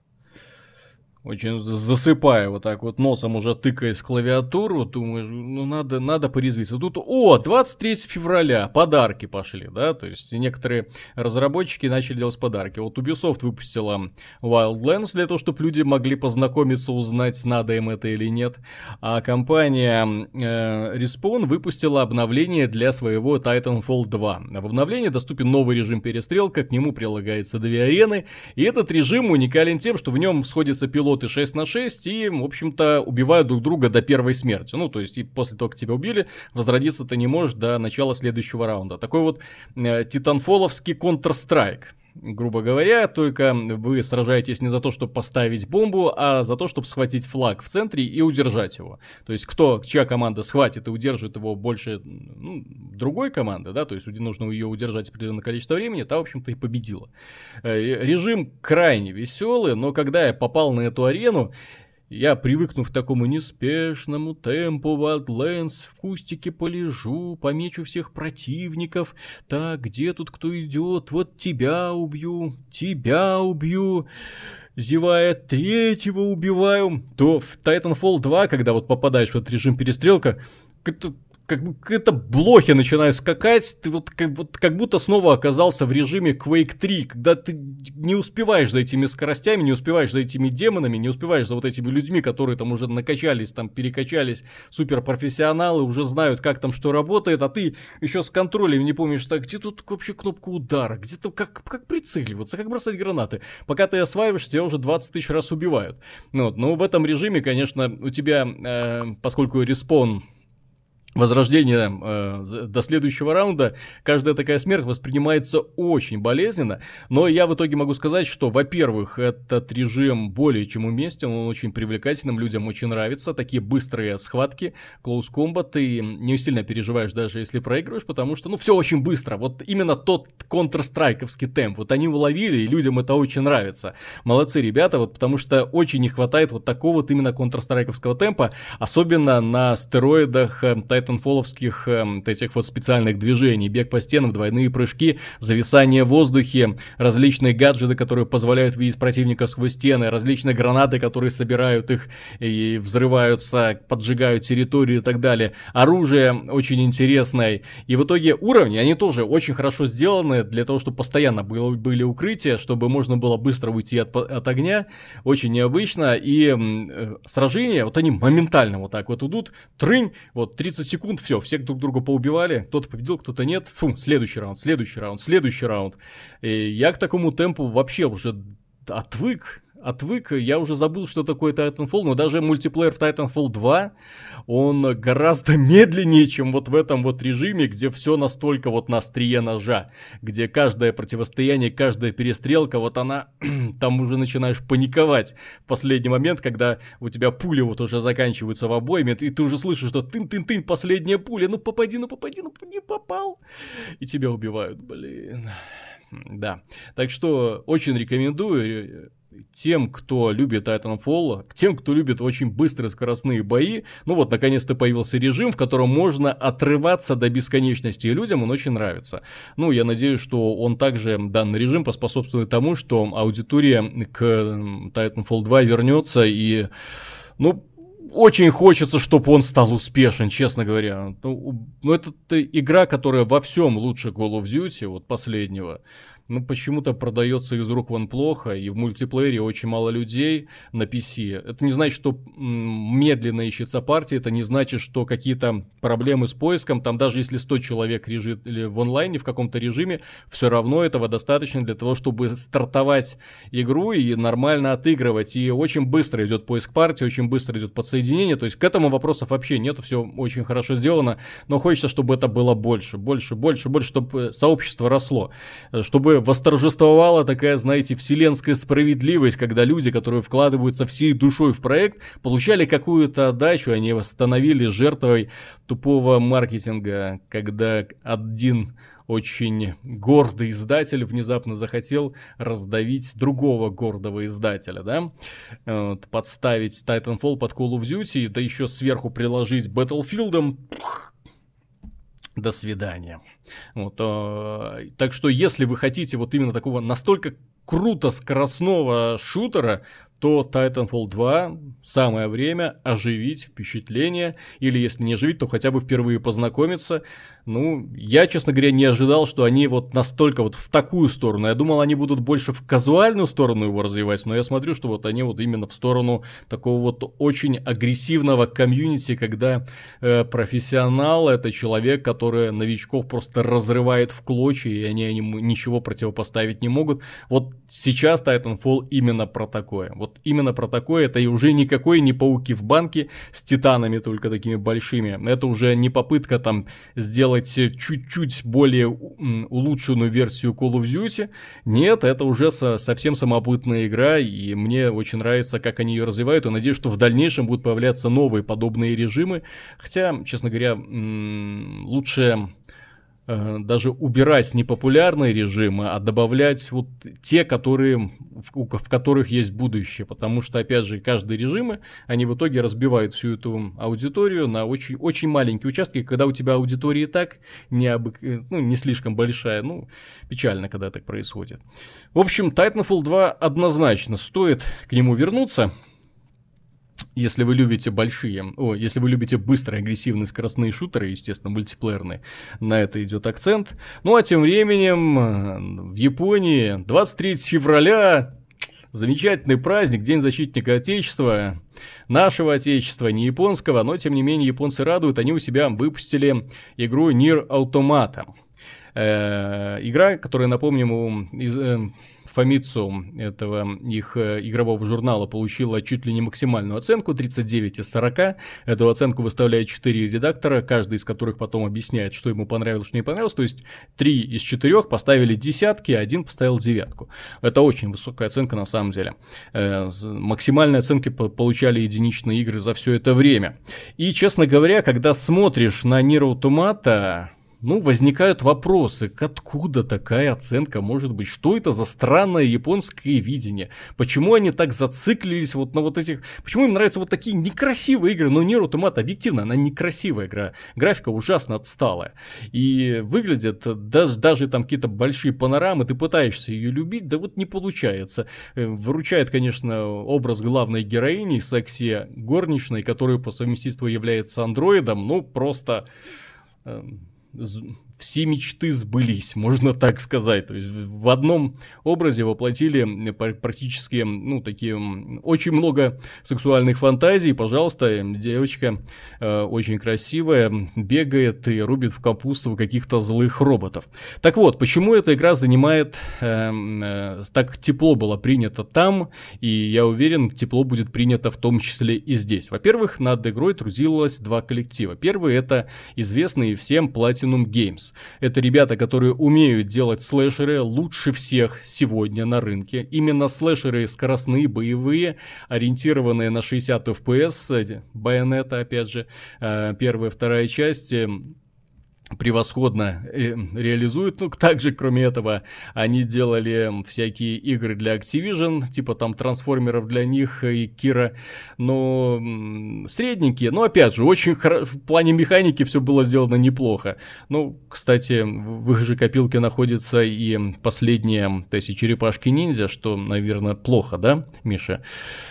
Speaker 1: очень засыпая вот так вот носом, уже тыкаясь в клавиатуру, думаешь, ну надо порезвиться. Тут, 23 февраля, подарки пошли, да, то есть некоторые разработчики начали делать подарки. Вот Ubisoft выпустила Wildlands для того, чтобы люди могли познакомиться, узнать, надо им это или нет. А компания Respawn выпустила обновление для своего Titanfall 2. В обновлении доступен новый режим перестрелка, к нему прилагается 2 арены, и этот режим уникален тем, что в нем сходятся пилоты 6 на 6 и, в общем-то, убивают друг друга до первой смерти. Ну, то есть, и после того, как тебя убили, возродиться ты не можешь до начала следующего раунда. Такой вот титанфоловский Counter-Strike. Грубо говоря, только вы сражаетесь не за то, чтобы поставить бомбу, а за то, чтобы схватить флаг в центре и удержать его. То есть, чья команда схватит и удержит его больше другой команды, да, то есть нужно ее удержать определенное количество времени, та, в общем-то, и победила. Режим крайне веселый, но когда я попал на эту арену, я, привыкнув к такому неспешному темпу Wildlands, в кустике полежу, помечу всех противников. Так, где тут кто идет? Вот тебя убью, зевая, третьего убиваю. То в Titanfall 2, когда вот попадаешь в этот режим перестрелка, как-то блохи начинают скакать, ты как будто снова оказался в режиме Quake 3, когда ты не успеваешь за этими скоростями, не успеваешь за этими демонами, не успеваешь за вот этими людьми, которые там уже накачались, там перекачались, суперпрофессионалы, уже знают, как там что работает, а ты еще с контролем не помнишь, так, где тут вообще кнопка удара, где-то как прицеливаться, как бросать гранаты. Пока ты осваиваешь, тебя уже 20 тысяч раз убивают. Но в этом режиме, конечно, у тебя, поскольку респон возрождение до следующего раунда, каждая такая смерть воспринимается очень болезненно, но я в итоге могу сказать, что, во-первых, этот режим более чем уместен, он очень привлекательным, людям очень нравится, такие быстрые схватки, close combat, ты не сильно переживаешь даже если проигрываешь, потому что, ну, все очень быстро, вот именно тот Counter-Strike'овский темп, вот они уловили, и людям это очень нравится. Молодцы ребята, вот потому что очень не хватает вот такого вот именно Counter-Strike'овского темпа, особенно на стероидах тайтанфоловских этих вот специальных движений, бег по стенам, двойные прыжки, зависание в воздухе, различные гаджеты, которые позволяют видеть противников сквозь стены, различные гранаты, которые собирают их и взрываются, поджигают территорию и так далее. Оружие очень интересное. И в итоге уровни, они тоже очень хорошо сделаны для того, чтобы постоянно были укрытия, чтобы можно было быстро уйти от огня. Очень необычно. И сражения, вот они моментально вот так вот идут, трынь, вот 30 секунд, все друг друга поубивали, кто-то победил, кто-то нет, фу, следующий раунд, следующий раунд, следующий раунд. И я к такому темпу вообще уже отвык, я уже забыл, что такое Titanfall, но даже мультиплеер в Titanfall 2, он гораздо медленнее, чем вот в этом вот режиме, где все настолько вот на острие ножа, где каждое противостояние, каждая перестрелка, вот она, там уже начинаешь паниковать в последний момент, когда у тебя пули вот уже заканчиваются в обойме, и ты уже слышишь, что тын-тын-тын, последняя пуля, ну попади, ну не попал, и тебя убивают, блин. Да, так что очень рекомендую тем, кто любит Titanfall, тем, кто любит очень быстрые скоростные бои. Ну вот, наконец-то появился режим, в котором можно отрываться до бесконечности, и людям он очень нравится. Ну, я надеюсь, что он также, данный режим, поспособствует тому, что аудитория к Titanfall 2 вернется, и, ну, очень хочется, чтобы он стал успешен, честно говоря. Ну, это игра, которая во всем лучше Call of Duty, вот последнего. Ну, почему-то продается из рук вон плохо, и в мультиплеере очень мало людей на PC. Это не значит, что медленно ищется партия, это не значит, что какие-то проблемы с поиском, там даже если 100 человек лежит или в онлайне в каком-то режиме, все равно этого достаточно для того, чтобы стартовать игру и нормально отыгрывать. И очень быстро идет поиск партии, очень быстро идет подсоединение, то есть к этому вопросов вообще нету, все очень хорошо сделано, но хочется, чтобы это было больше, чтобы сообщество росло, чтобы восторжествовала такая, знаете, вселенская справедливость, когда люди, которые вкладываются всей душой в проект, получали какую-то отдачу, они становились жертвой тупого маркетинга, когда один очень гордый издатель внезапно захотел раздавить другого гордого издателя, да, вот, подставить Titanfall под Call of Duty, да еще сверху приложить Battlefield'ом. До свидания. Вот, так что, если вы хотите вот именно такого настолько круто скоростного шутера, то Titanfall 2 самое время оживить впечатление, или если не оживить, то хотя бы впервые познакомиться. Ну, я, честно говоря, не ожидал, что они вот настолько вот в такую сторону. Я думал, они будут больше в казуальную сторону его развивать, но я смотрю, что вот они вот именно в сторону такого вот очень агрессивного комьюнити, когда профессионал — это человек, который новичков просто разрывает в клочья, и они ему ничего противопоставить не могут. Вот сейчас Titanfall именно про такое. Вот именно про такое. Это и уже никакой не пауки в банке с титанами только такими большими. Это уже не попытка там сделать чуть-чуть более улучшенную версию Call of Duty. Нет, это уже совсем самобытная игра, и мне очень нравится, как они ее развивают, и надеюсь, что в дальнейшем будут появляться новые подобные режимы. Хотя, честно говоря, лучше даже убирать непопулярные режимы, а добавлять вот те, которые, в которых есть будущее. Потому что, опять же, каждые режимы, они в итоге разбивают всю эту аудиторию на очень, очень маленькие участки. Когда у тебя аудитория и так не слишком большая, ну, печально, когда так происходит. В общем, Titanfall 2 однозначно стоит к нему вернуться. Если вы любите если вы любите быстрые, агрессивные, скоростные шутеры, естественно, мультиплеерные, на это идет акцент. Ну а тем временем в Японии 23 февраля, замечательный праздник, День защитника Отечества, нашего Отечества, не японского, но тем не менее японцы радуют, они у себя выпустили игру Nier Automata. Игра, которая, напомним, Famitsu, этого их игрового журнала, получила чуть ли не максимальную оценку, 39 из 40. Эту оценку выставляют 4 редактора, каждый из которых потом объясняет, что ему понравилось, что не понравилось. То есть 3 из 4 поставили десятки, а 1 поставил девятку. Это очень высокая оценка на самом деле. Максимальные оценки получали единичные игры за все это время. И, честно говоря, когда смотришь на Nier Automata, возникают вопросы, откуда такая оценка может быть? Что это за странное японское видение? Почему они так зациклились вот на вот этих... Почему им нравятся вот такие некрасивые игры? Но Nier Automata, объективно, она некрасивая игра. Графика ужасно отсталая. И выглядит, даже там какие-то большие панорамы, ты пытаешься ее любить, да вот не получается. Выручает, конечно, образ главной героини, секси горничной, которая по совместительству является андроидом, просто... все мечты сбылись, можно так сказать. То есть в одном образе воплотили практически, такие, очень много сексуальных фантазий. Пожалуйста, девочка очень красивая, бегает и рубит в капусту каких-то злых роботов. Так вот, почему эта игра занимает, так тепло было принято там, и я уверен, тепло будет принято в том числе и здесь. Во-первых, над игрой трудилось 2 коллектива. Первый — это известный всем Platinum Games. Это ребята, которые умеют делать слэшеры лучше всех сегодня на рынке. Именно слэшеры скоростные, боевые, ориентированные на 60 FPS, Bayonetta, опять же, первая, вторая часть... превосходно реализуют. Также, кроме этого, они делали всякие игры для Activision, типа там трансформеров для них и Кира, но средненькие. Но, опять же, очень в плане механики все было сделано неплохо. Кстати, в их же копилке находится и последние, то есть и черепашки-ниндзя, что, наверное, плохо, да, Миша?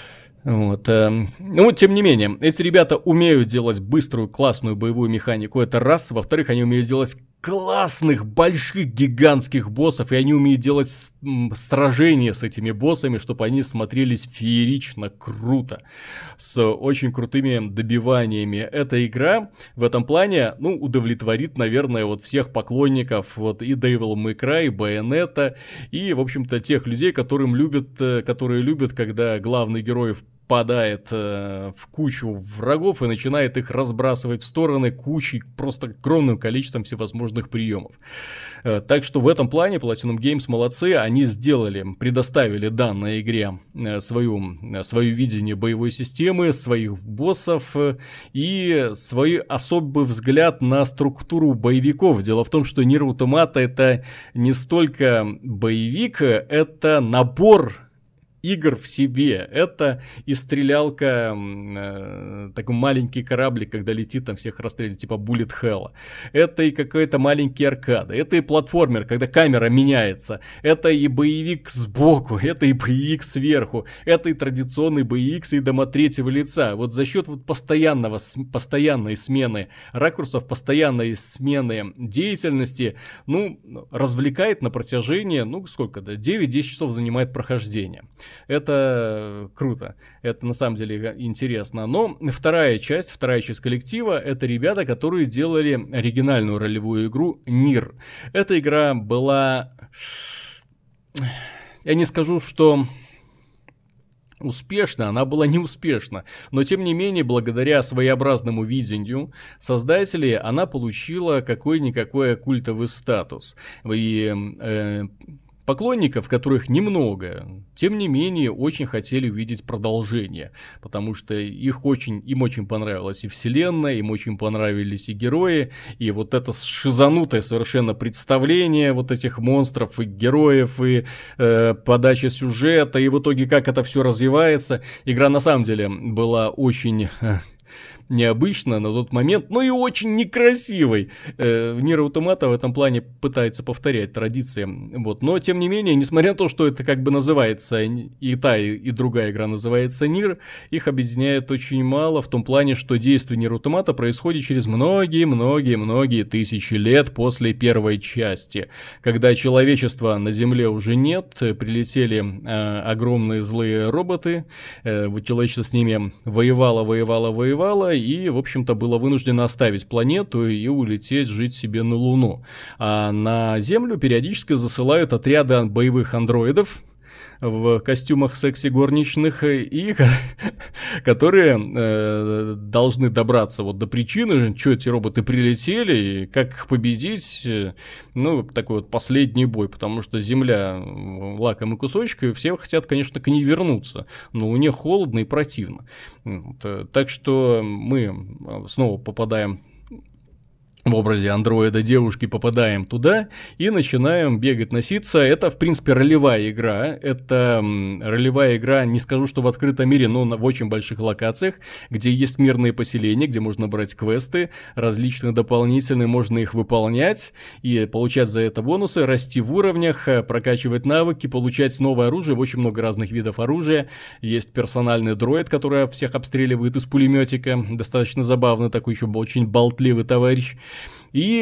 Speaker 1: Тем не менее, эти ребята умеют делать быструю, классную боевую механику, это раз. Во-вторых, они умеют делать классных, больших, гигантских боссов, и они умеют делать сражения с этими боссами, чтобы они смотрелись феерично, круто, с очень крутыми добиваниями. Эта игра в этом плане, удовлетворит, наверное, всех поклонников, и Devil May Cry, и Bayonetta, и, в общем-то, тех людей, которые любят, когда главный герой попадает в кучу врагов и начинает их разбрасывать в стороны кучей, просто огромным количеством всевозможных приемов. Так что в этом плане Platinum Games молодцы, они предоставили данной игре свое видение боевой системы, своих боссов и свой особый взгляд на структуру боевиков. Дело в том, что Nier Automata — это не столько боевик, это набор игр в себе. Это и стрелялка, такой маленький кораблик, когда летит, там всех расстреливает, типа Bullet Hell. Это и какой-то маленький аркад. Это и платформер, когда камера меняется. Это и боевик сбоку, это и боевик сверху. Это и традиционный боевик с видом от третьего лица. За счет постоянной смены ракурсов, постоянной смены деятельности, развлекает на протяжении, 9-10 часов занимает прохождение. Это круто, это на самом деле интересно. Но вторая часть коллектива — это ребята, которые делали оригинальную ролевую игру Nier. Эта игра была... Я не скажу, что успешна, она была неуспешна, но тем не менее, благодаря своеобразному видению создателей, она получила какой-никакой культовый статус. И поклонников, которых немного, тем не менее, очень хотели увидеть продолжение, потому что им очень понравилась и вселенная, им очень понравились и герои, и это шизанутое совершенно представление этих монстров и героев, и подача сюжета, и в итоге как это все развивается. Игра на самом деле была очень... необычно на тот момент, но и очень некрасивой. Nier Automata в этом плане пытается повторять традиции. Но, тем не менее, несмотря на то, что это называется, и та, и другая игра называется Nier, их объединяет очень мало в том плане, что действие Nier Automata происходит через многие тысячи лет после первой части, когда человечества на Земле уже нет, прилетели огромные злые роботы, человечество с ними воевало, и, в общем-то, было вынуждено оставить планету и улететь жить себе на Луну. А на Землю периодически засылают отряды боевых андроидов, в костюмах секси-горничных и которые должны добраться вот до причины, что эти роботы прилетели и как их победить. Ну, такой вот последний бой, потому что Земля лакомый кусочек, и все хотят, конечно, к ней вернуться, но у них холодно и противно. Так что мы снова попадаем в образе андроида девушки, попадаем туда и начинаем бегать, носиться. Это, в принципе, ролевая игра. Это ролевая игра, не скажу, что в открытом мире, но в очень больших локациях, где есть мирные поселения, где можно брать квесты различные, дополнительные, можно их выполнять и получать за это бонусы, расти в уровнях, прокачивать навыки, получать новое оружие, очень много разных видов оружия. Есть персональный дроид, который всех обстреливает из пулеметика, достаточно забавный, такой еще очень болтливый товарищ. И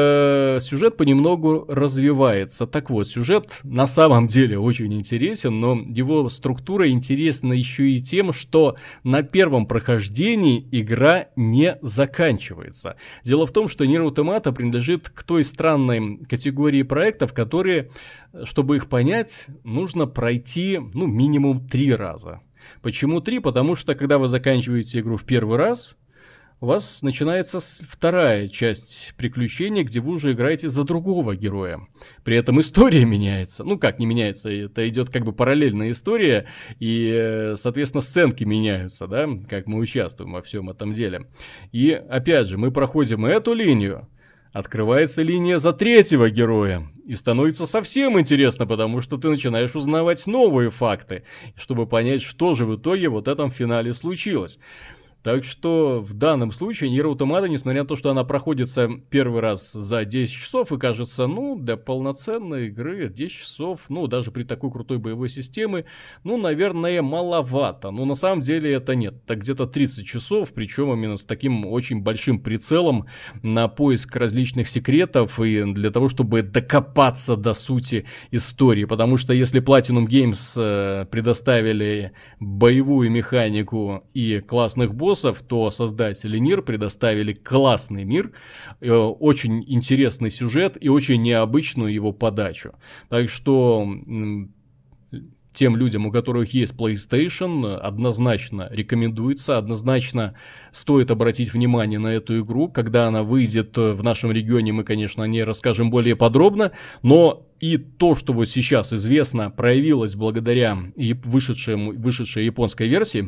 Speaker 1: сюжет понемногу развивается. Так вот, сюжет на самом деле очень интересен, но его структура интересна еще и тем, что на первом прохождении игра не заканчивается. Дело в том, что Nier Automata принадлежит к той странной категории проектов, которые, чтобы их понять, нужно пройти, ну, минимум 3 раза. Почему 3? Потому что, когда вы заканчиваете игру в первый раз, у вас начинается вторая часть приключений, где вы уже играете за другого героя. При этом история меняется. Ну, как не меняется, это идет как бы параллельная история, и, соответственно, сценки меняются, да, как мы участвуем во всем этом деле. И, опять же, мы проходим эту линию, открывается линия за третьего героя, и становится совсем интересно, потому что ты начинаешь узнавать новые факты, чтобы понять, что же в итоге вот в этом финале случилось. Так что в данном случае Nier Automata, несмотря на то, что она проходится первый раз за 10 часов и кажется, ну, для полноценной игры 10 часов, ну, даже при такой крутой боевой системе, ну, наверное, маловато. Но на самом деле это нет. Это где-то 30 часов, причем именно с таким очень большим прицелом на поиск различных секретов и для того, чтобы докопаться до сути истории. Потому что если Platinum Games предоставили боевую механику и классных боссов, то создатели Nier предоставили классный мир, очень интересный сюжет и очень необычную его подачу. Так что тем людям, у которых есть PlayStation, однозначно рекомендуется, однозначно стоит обратить внимание на эту игру. Когда она выйдет в нашем регионе, мы, конечно, о ней расскажем более подробно, но и то, что вот сейчас известно, проявилось благодаря вышедшей японской версии,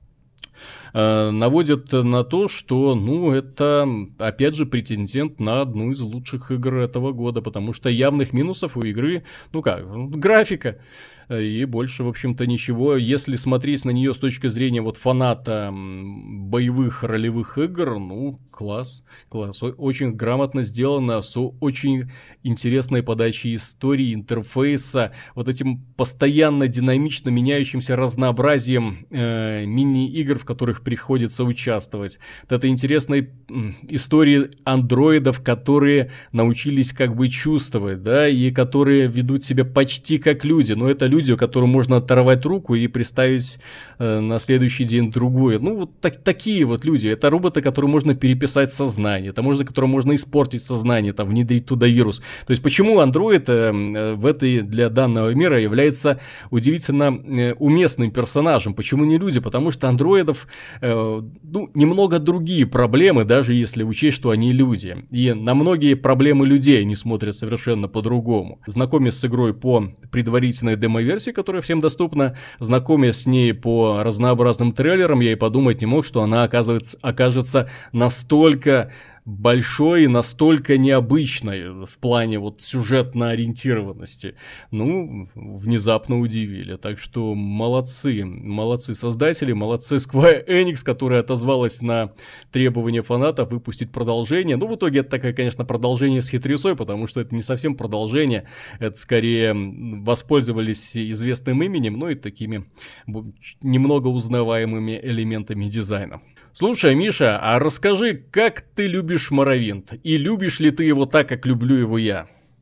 Speaker 1: наводит на то, что, ну, это, опять же, претендент на одну из лучших игр этого года, потому что явных минусов у игры, ну как, графика, и больше, в общем-то, ничего. Если смотреть на нее с точки зрения вот фаната боевых ролевых игр, ну, класс, очень грамотно сделано, с очень интересной подачей истории, интерфейса, вот этим постоянно динамично меняющимся разнообразием мини-игр, в которых приходится участвовать. Вот это интересной истории андроидов, которые научились как бы чувствовать, да, и которые ведут себя почти как люди, но это люди, которым можно оторвать руку и приставить на следующий день другую. Ну, вот такие вот люди. Это роботы, которые можно переписать сознание, это которым можно испортить сознание, там, внедрить туда вирус. То есть, почему андроид для данного мира является удивительно уместным персонажем? Почему не люди? Потому что андроидов, ну, немного другие проблемы, даже если учесть, что они люди. И на многие проблемы людей они смотрят совершенно по-другому. Знакомясь с игрой по предварительной демо-версии, которая всем доступна, знакомясь с ней по разнообразным трейлерам, я и подумать не мог, что она окажется настолько большой и настолько необычной в плане вот сюжетной ориентированности. Ну, внезапно удивили. Так что молодцы создатели, молодцы Square Enix, которая отозвалась на требования фанатов выпустить продолжение. Ну, в итоге это такое, конечно, продолжение с хитрецой, потому что это не совсем продолжение, это скорее воспользовались известным именем, ну и такими немного узнаваемыми элементами дизайна. Слушай, Миша, а расскажи, как ты любишь Morrowind? И любишь ли ты его так, как люблю его я?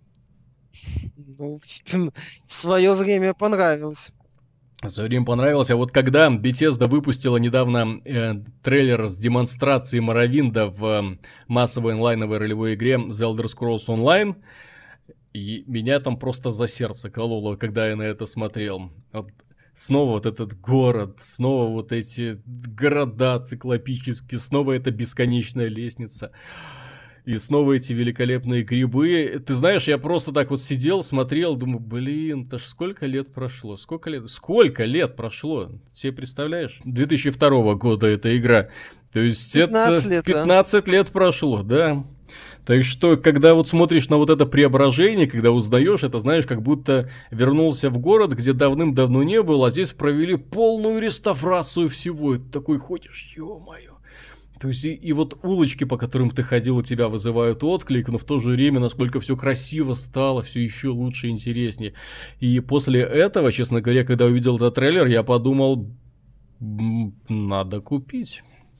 Speaker 2: Ну, в свое время понравилось.
Speaker 1: В свое время понравилось. А вот когда Bethesda выпустила недавно трейлер с демонстрацией Morrowind'а в массовой онлайновой ролевой игре The Elder Scrolls Online, И меня там просто за сердце кололо, когда я на это смотрел. Вот снова вот этот город, снова вот эти города циклопические, снова эта бесконечная лестница. И снова эти великолепные грибы. Ты знаешь, я просто так вот сидел, смотрел, думаю, блин, это ж сколько лет прошло? Сколько лет прошло? Тебе представляешь? 2002 года эта игра. То есть
Speaker 2: 15
Speaker 1: это
Speaker 2: лет,
Speaker 1: 15 лет прошло, да. Так что, когда вот смотришь на вот это преображение, когда узнаешь, это, знаешь, как будто вернулся в город, где давным-давно не был, а здесь провели полную реставрацию всего. И ты такой ходишь, ё-моё. То есть и вот улочки, по которым ты ходил, у тебя вызывают отклик, но в то же время, насколько все красиво стало, все еще лучше и интереснее. И после этого, честно говоря, когда увидел этот трейлер, я подумал, надо купить.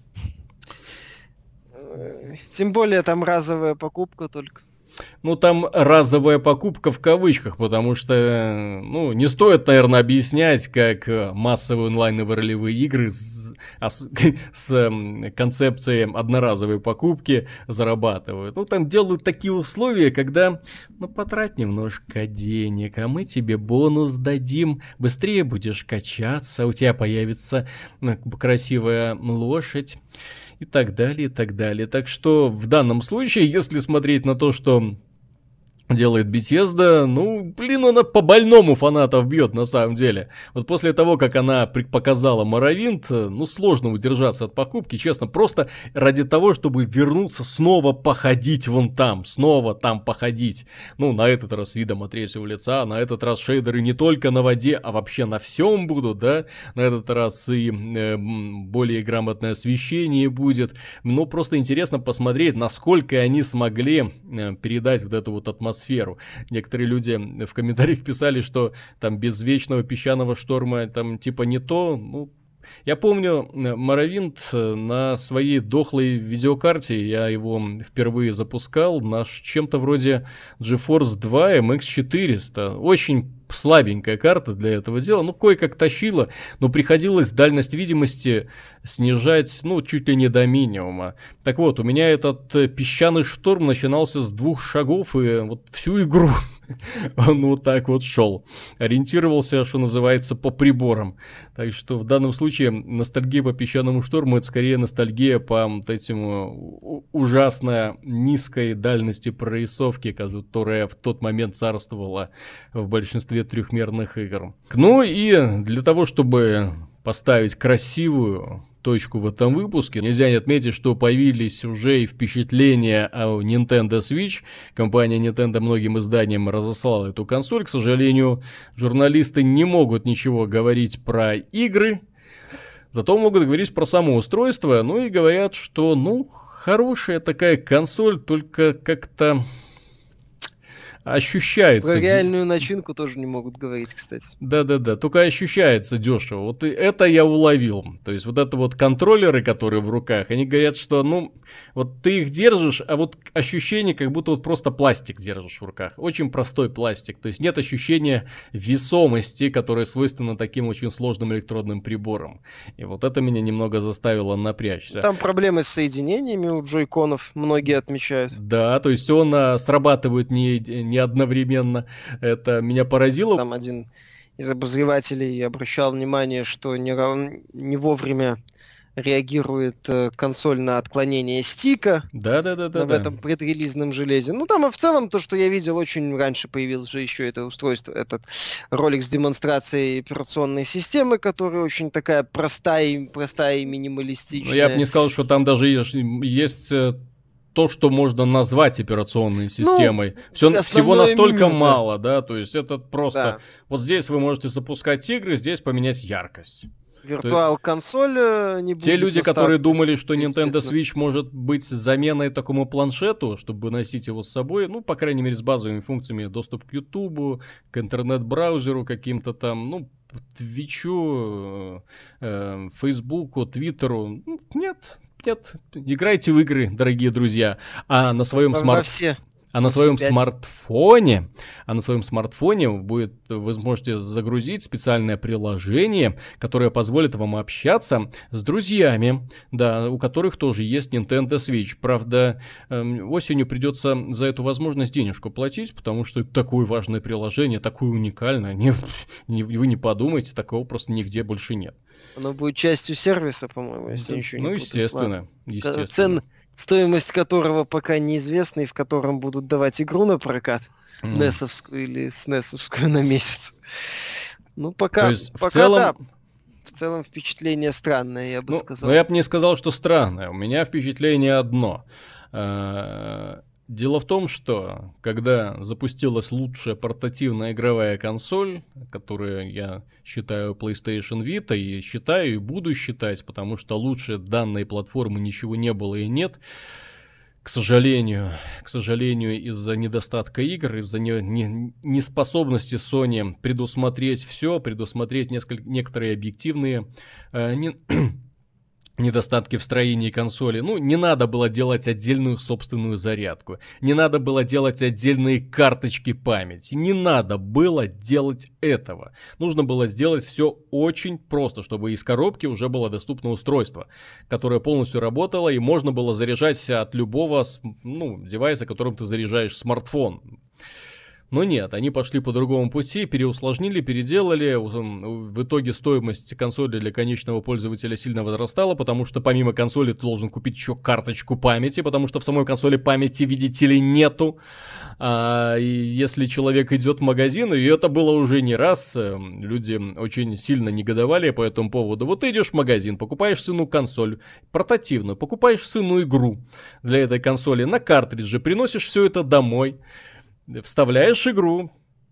Speaker 2: Тем более там разовая покупка только.
Speaker 1: Ну, там разовая покупка в кавычках, потому что, ну, не стоит, наверное, объяснять, как массовые онлайновые ролевые игры с концепцией одноразовой покупки зарабатывают. Ну, там делают такие условия, когда, ну, потрать немножко денег, а мы тебе бонус дадим, быстрее будешь качаться, у тебя появится красивая лошадь. И так далее, и так далее. Так что в данном случае, если смотреть на то, что делает Bethesda, ну, блин, она по-больному фанатов бьет на самом деле. Вот после того, как она показала Morrowind, ну, сложно удержаться от покупки, честно, просто ради того, чтобы вернуться, снова походить вон там, снова там походить. Ну, на этот раз видом от третьего лица, на этот раз шейдеры не только на воде, а вообще на всем будут, да, на этот раз и более грамотное освещение будет. Ну, просто интересно посмотреть, насколько они смогли передать вот эту вот атмосферу. Некоторые люди в комментариях писали, что там без вечного песчаного шторма там типа не то. Ну, я помню Morrowind на своей дохлой видеокарте, я его впервые запускал на чем-то вроде GeForce 2 MX 400. Очень слабенькая карта для этого дела, ну, кое-как тащила, но приходилось дальность видимости снижать, ну, чуть ли не до минимума. Так вот, у меня этот песчаный шторм начинался с 2 шагов, и вот всю игру он вот так вот шел. Ориентировался, что называется, по приборам. Так что в данном случае ностальгия по песчаному шторму — это скорее ностальгия по вот этим ужасно низкой дальности прорисовки, которая в тот момент царствовала в большинстве трехмерных игр. Ну и для того, чтобы поставить красивую точку в этом выпуске, нельзя не отметить, что появились уже и впечатления о Nintendo Switch. Компания Nintendo многим изданиям разослала эту консоль. К сожалению, журналисты не могут ничего говорить про игры, зато могут говорить про само устройство. Ну и говорят, что, ну, хорошая такая консоль, только как-то ощущается.
Speaker 2: Про реальную начинку тоже не могут говорить, кстати.
Speaker 1: Да-да-да, только ощущается дешево. Вот и это я уловил. То есть вот это вот контроллеры, которые в руках, они говорят, что, ну, вот ты их держишь, а вот ощущение, как будто вот просто пластик держишь в руках. Очень простой пластик. То есть нет ощущения весомости, которая свойственна таким очень сложным электронным приборам. И вот это меня немного заставило напрячься.
Speaker 2: Там проблемы с соединениями у джойконов, многие отмечают.
Speaker 1: Да, то есть он срабатывает не одновременно. Это меня поразило.
Speaker 2: Там один из обозревателей обращал внимание, что не вовремя реагирует консоль на отклонение стика.
Speaker 1: Да.
Speaker 2: В этом предрелизном железе. Ну, там в целом то, что я видел, очень раньше появилось же еще это устройство, этот ролик с демонстрацией операционной системы, которая очень такая простая и минималистичная.
Speaker 1: Но я бы не сказал, что там даже есть то, что можно назвать операционной системой.
Speaker 2: Ну,
Speaker 1: всего настолько
Speaker 2: меню,
Speaker 1: мало, да, то есть это просто...
Speaker 2: Да.
Speaker 1: Вот здесь вы можете запускать игры, здесь поменять яркость.
Speaker 2: Виртуал-консоль не будет.
Speaker 1: Те люди, которые думали, что Nintendo
Speaker 2: естественно.
Speaker 1: Switch может быть заменой такому планшету, чтобы носить его с собой, ну, по крайней мере, с базовыми функциями, доступ к YouTube, к интернет-браузеру каким-то там, ну, Твичу, Фейсбуку, Твиттеру. Нет. Играйте в игры, дорогие друзья. А на своем А на своем смартфоне, вы сможете загрузить специальное приложение, которое позволит вам общаться с друзьями, да, у которых тоже есть Nintendo Switch. Правда, осенью придется за эту возможность денежку платить, потому что это такое важное приложение, такое уникальное. Вы не подумайте, такого просто нигде больше нет.
Speaker 2: Оно будет частью сервиса, по-моему, если
Speaker 1: Да.
Speaker 2: ничего не будет.
Speaker 1: Естественно.
Speaker 2: Стоимость которого пока неизвестна, и в котором будут давать игру на прокат, NES-овскую или SNES-овскую на месяц. Ну, пока,
Speaker 1: в целом...
Speaker 2: да. В целом впечатление странное, я бы сказал.
Speaker 1: Но я бы не сказал, что странное. У меня впечатление одно. Дело в том, что когда запустилась лучшая портативная игровая консоль, которую я считаю PlayStation Vita, и считаю, и буду считать, потому что лучше данной платформы ничего не было и нет, к сожалению, из-за недостатка игр, из-за неспособности Sony предусмотреть все, предусмотреть некоторые объективные недостатки в строении консоли. Ну, не надо было делать отдельную собственную зарядку. Не надо было делать отдельные карточки памяти. Не надо было делать этого. Нужно было сделать все очень просто, чтобы из коробки уже было доступно устройство, которое полностью работало, и можно было заряжать от любого девайса, которым ты заряжаешь смартфон. Но нет, они пошли по другому пути, переусложнили, переделали. В итоге стоимость консоли для конечного пользователя сильно возрастала, потому что помимо консоли ты должен купить еще карточку памяти, потому что в самой консоли памяти, видите ли, нету. И если человек идет в магазин, и это было уже не раз, люди очень сильно негодовали по этому поводу. Вот ты идешь в магазин, покупаешь сыну консоль портативную, покупаешь сыну игру для этой консоли на картридже, приносишь все это домой, вставляешь игру,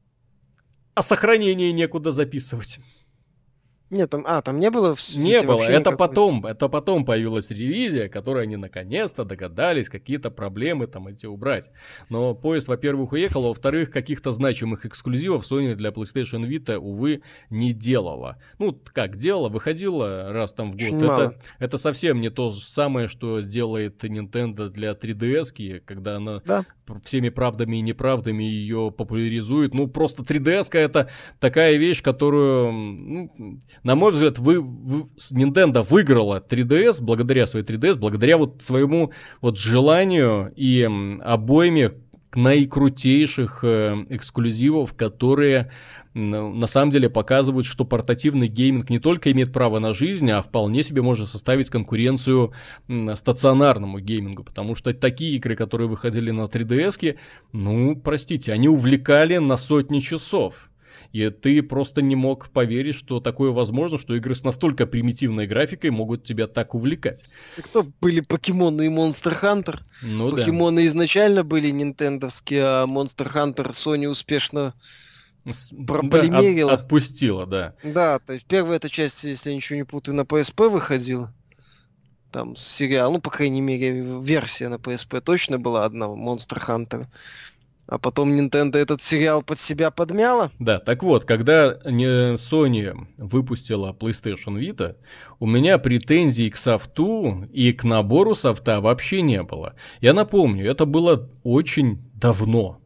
Speaker 1: а сохранение некуда записывать.
Speaker 2: Нет, там не было...
Speaker 1: Не было, это потом появилась ревизия, которой они наконец-то догадались какие-то проблемы там эти убрать. Но поезд, во-первых, уехал, а во-вторых, каких-то значимых эксклюзивов Sony для PlayStation Vita, увы, не делала. Ну, как делала, выходила раз там в год. Это совсем не то самое, что делает Nintendo для 3DS, когда она всеми правдами и неправдами ее популяризует. Ну, просто 3DS-ка это такая вещь, которую... на мой взгляд, Nintendo выиграла 3DS, благодаря своей 3DS, благодаря вот своему вот желанию и обойме наикрутейших эксклюзивов, которые на самом деле показывают, что портативный гейминг не только имеет право на жизнь, а вполне себе может составить конкуренцию стационарному геймингу, потому что такие игры, которые выходили на 3DS, они увлекали на сотни часов. И ты просто не мог поверить, что такое возможно, что игры с настолько примитивной графикой могут тебя так увлекать.
Speaker 2: Кто были покемоны и Monster Hunter? Покемоны изначально были нинтендовские, а Monster Hunter Sony успешно полимерила.
Speaker 1: Отпустила, да.
Speaker 2: Да, то есть первая эта часть, если я ничего не путаю, на PSP выходила. Там сериал, по крайней мере, версия на PSP точно была одна, Monster Hunter. А потом Nintendo этот сериал под себя подмяла? Да,
Speaker 1: так вот, когда Sony выпустила PlayStation Vita, у меня претензий к софту и к набору софта вообще не было. Я напомню, это было очень давно.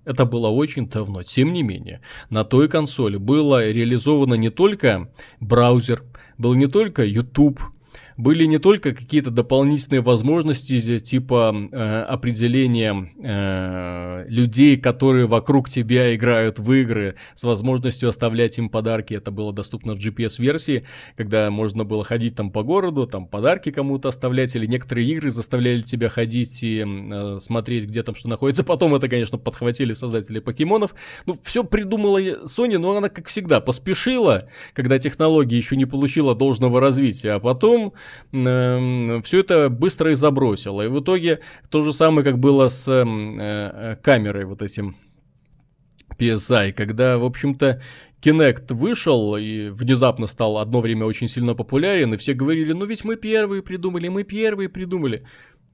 Speaker 1: Тем не менее, на той консоли было реализовано не только браузер, был не только YouTube, были не только какие-то дополнительные возможности типа определения людей, которые вокруг тебя играют в игры, с возможностью оставлять им подарки. Это было доступно в GPS-версии, когда можно было ходить там по городу, там подарки кому-то оставлять, или некоторые игры заставляли тебя ходить и смотреть, где там что находится. Потом это, конечно, подхватили создатели покемонов. Все придумала Sony, но она, как всегда, поспешила, когда технология еще не получила должного развития, а потом все это быстро и забросило. И в итоге то же самое, как было с камерой вот этим PSI, когда, в общем-то, Kinect вышел и внезапно стал одно время очень сильно популярен, и все говорили, ведь мы первые придумали.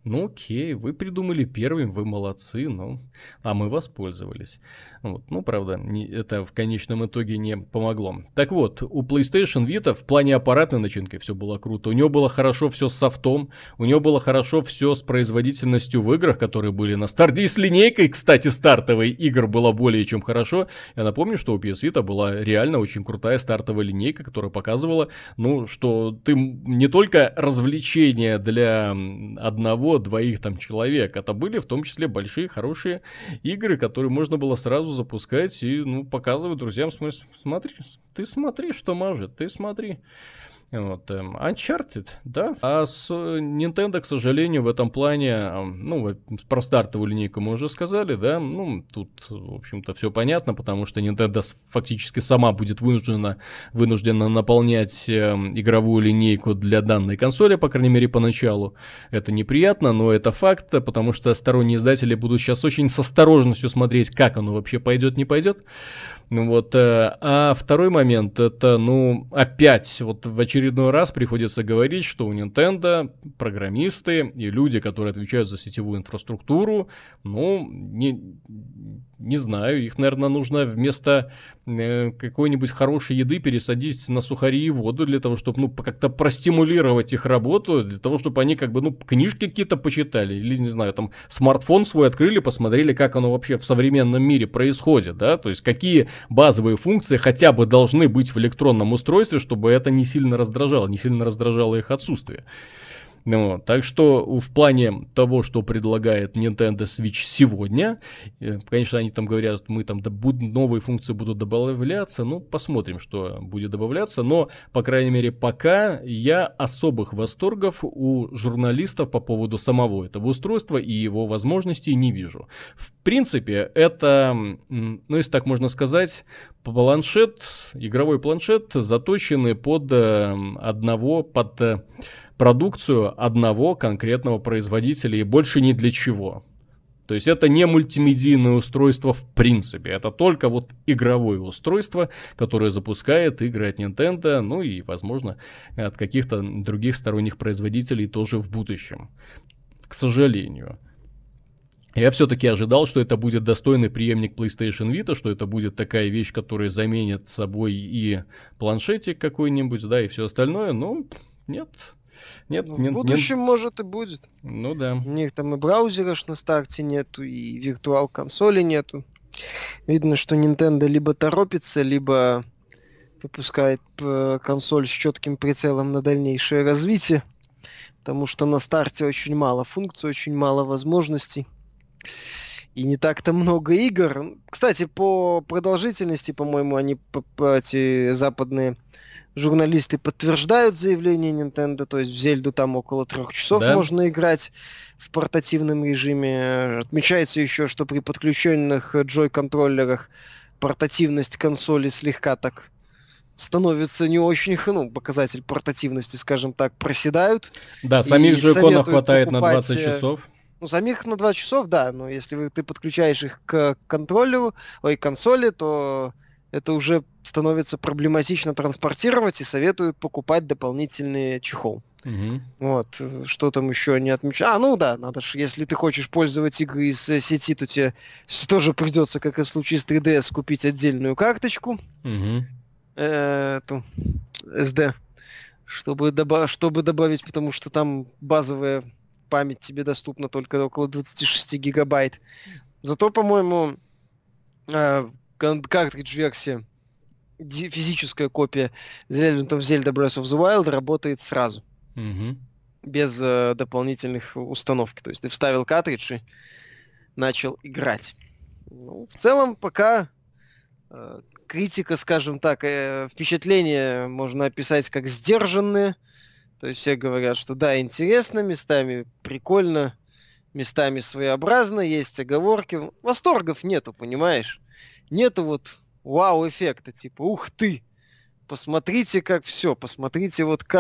Speaker 1: Ну окей, вы придумали первым, вы молодцы, ну, а мы воспользовались. Вот. Ну, правда, это в конечном итоге не помогло. Так вот, у PlayStation Vita в плане аппаратной начинки все было круто. У него было хорошо все с софтом, у него было хорошо все с производительностью в играх, которые были на старте. И с линейкой, кстати, стартовой игр было более чем хорошо. Я напомню, что у PS Vita была реально очень крутая стартовая линейка, которая показывала, ну, что ты не только развлечение для одного-двоих там человек, это были в том числе большие, хорошие игры, которые можно было сразу запускать и, ну, показывать друзьям, смотри, ты смотри, что может, ты смотри. Вот, Uncharted, да. А с Nintendo, к сожалению, в этом плане, ну, про стартовую линейку мы уже сказали, да, ну, тут, в общем-то, все понятно, потому что Nintendo фактически сама будет вынуждена наполнять игровую линейку для данной консоли, по крайней мере, поначалу. Это неприятно, но это факт, потому что сторонние издатели будут сейчас очень с осторожностью смотреть, как оно вообще пойдет, не пойдет. Ну вот, а второй момент, это, ну, опять, вот в очередной раз приходится говорить, что у Nintendo программисты и люди, которые отвечают за сетевую инфраструктуру, ну, не знаю, их, наверное, нужно вместо какой-нибудь хорошей еды пересадить на сухари и воду для того, чтобы, ну, как-то простимулировать их работу, для того, чтобы они, как бы, ну, книжки какие-то почитали, или, не знаю, там, смартфон свой открыли, посмотрели, как оно вообще в современном мире происходит, да, то есть какие базовые функции хотя бы должны быть в электронном устройстве, чтобы это не сильно раздражало их отсутствие. Ну, вот. Так что в плане того, что предлагает Nintendo Switch сегодня, конечно, они там говорят, мы там новые функции будут добавляться, ну, посмотрим, что будет добавляться, но, по крайней мере, пока я особых восторгов у журналистов по поводу самого этого устройства и его возможностей не вижу. В принципе, это, ну, если так можно сказать, игровой планшет, заточенный под продукцию одного конкретного производителя и больше ни для чего. То есть это не мультимедийное устройство в принципе, это только вот игровое устройство, которое запускает игры от Nintendo, ну и, возможно, от каких-то других сторонних производителей тоже в будущем. К сожалению. Я все-таки ожидал, что это будет достойный преемник PlayStation Vita, что это будет такая вещь, которая заменит собой и планшетик какой-нибудь, да, и все остальное, но нет. Нет,
Speaker 2: в будущем, может, и будет.
Speaker 1: Ну да.
Speaker 2: У них там и браузера на старте нету, и виртуал консоли нету. Видно, что Nintendo либо торопится, либо выпускает консоль с четким прицелом на дальнейшее развитие. Потому что на старте очень мало функций, очень мало возможностей. И не так-то много игр. Кстати, по продолжительности, по-моему, эти западные журналисты подтверждают заявление Nintendo, то есть в Зельду там около 3 часов можно играть в портативном режиме. Отмечается еще, что при подключенных Joy-контроллерах портативность консоли слегка так становится не очень, ну, показатель портативности, скажем так, проседают.
Speaker 1: Да, самих Joy-конов хватает на 20 часов.
Speaker 2: Ну, самих на 2 часов, да, но если ты подключаешь их к консоли, то это уже становится проблематично транспортировать и советуют покупать дополнительный чехол.
Speaker 1: Угу.
Speaker 2: Вот, что там еще не отмечаю. Ну да, надо же, если ты хочешь пользовать игры из сети, то тебе тоже придется, как и в случае с 3DS, купить отдельную карточку. Эту SD, чтобы добавить, потому что там базовая память тебе доступна только около 26 гигабайт. Зато, по-моему, картридж-версия, физическая копия Legend of Zelda Breath of the Wild работает сразу. Без дополнительных установки. То есть ты вставил картридж и начал играть. Ну, в целом, пока критика, скажем так, впечатления можно описать как сдержанные. То есть все говорят, что да, интересно, местами прикольно, местами своеобразно, есть оговорки. Восторгов нету, понимаешь? Нету вот вау-эффекта, типа, ух ты, посмотрите, как все, посмотрите, вот как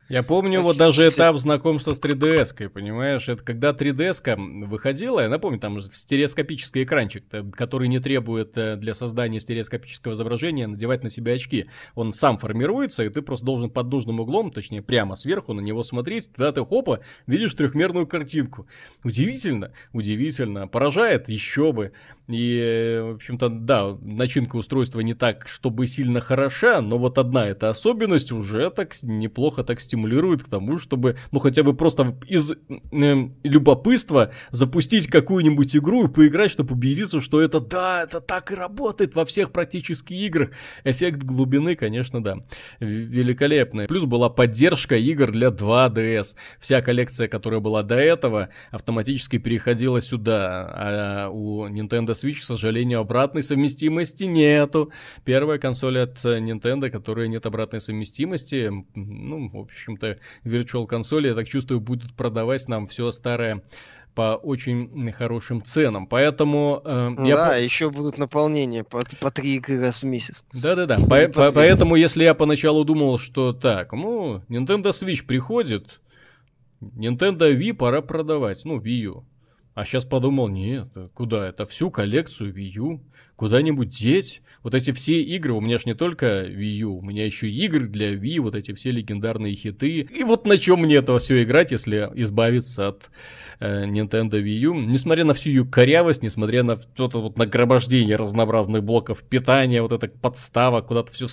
Speaker 1: Я помню вот даже этап знакомства с 3DS-кой, понимаешь? Это когда 3DS-ка выходила, я напомню, там стереоскопический экранчик, который не требует для создания стереоскопического изображения надевать на себя очки. Он сам формируется, и ты просто должен под нужным углом, точнее прямо сверху на него смотреть, тогда ты хопа, видишь трехмерную картинку. Удивительно, удивительно, поражает, еще бы. И, в общем-то, да, начинка устройства не так, чтобы сильно хороша, но вот одна эта особенность уже так неплохо так стимулирует к тому, чтобы, ну, хотя бы просто из любопытства запустить какую-нибудь игру и поиграть, чтобы убедиться, что это, да, это так и работает во всех практически играх. Эффект глубины, конечно, да, великолепный. Плюс была поддержка игр для 2DS. Вся коллекция, которая была до этого, автоматически переходила сюда, а у Nintendo Switch, к сожалению, обратной совместимости нету. Первая консоль от Nintendo, которой нет обратной совместимости, ну, в общем-то, Virtual консоли, я так чувствую, будут продавать нам все старое по очень хорошим ценам, поэтому...
Speaker 2: еще будут наполнения по 3 игры раз в месяц.
Speaker 1: Да-да-да, поэтому если я поначалу думал, что так, ну, Nintendo Switch приходит, Nintendo Wii пора продавать, ну, Wii U. А сейчас подумал, нет, куда это, всю коллекцию Wii U куда-нибудь деть? Вот эти все игры, у меня ж не только Wii U, у меня еще игры для Wii, вот эти все легендарные хиты. И вот на чем мне это все играть, если избавиться от Nintendo Wii U? Несмотря на всю ее корявость, несмотря на это вот нагромождение разнообразных блоков питания, вот эта подстава, куда-то все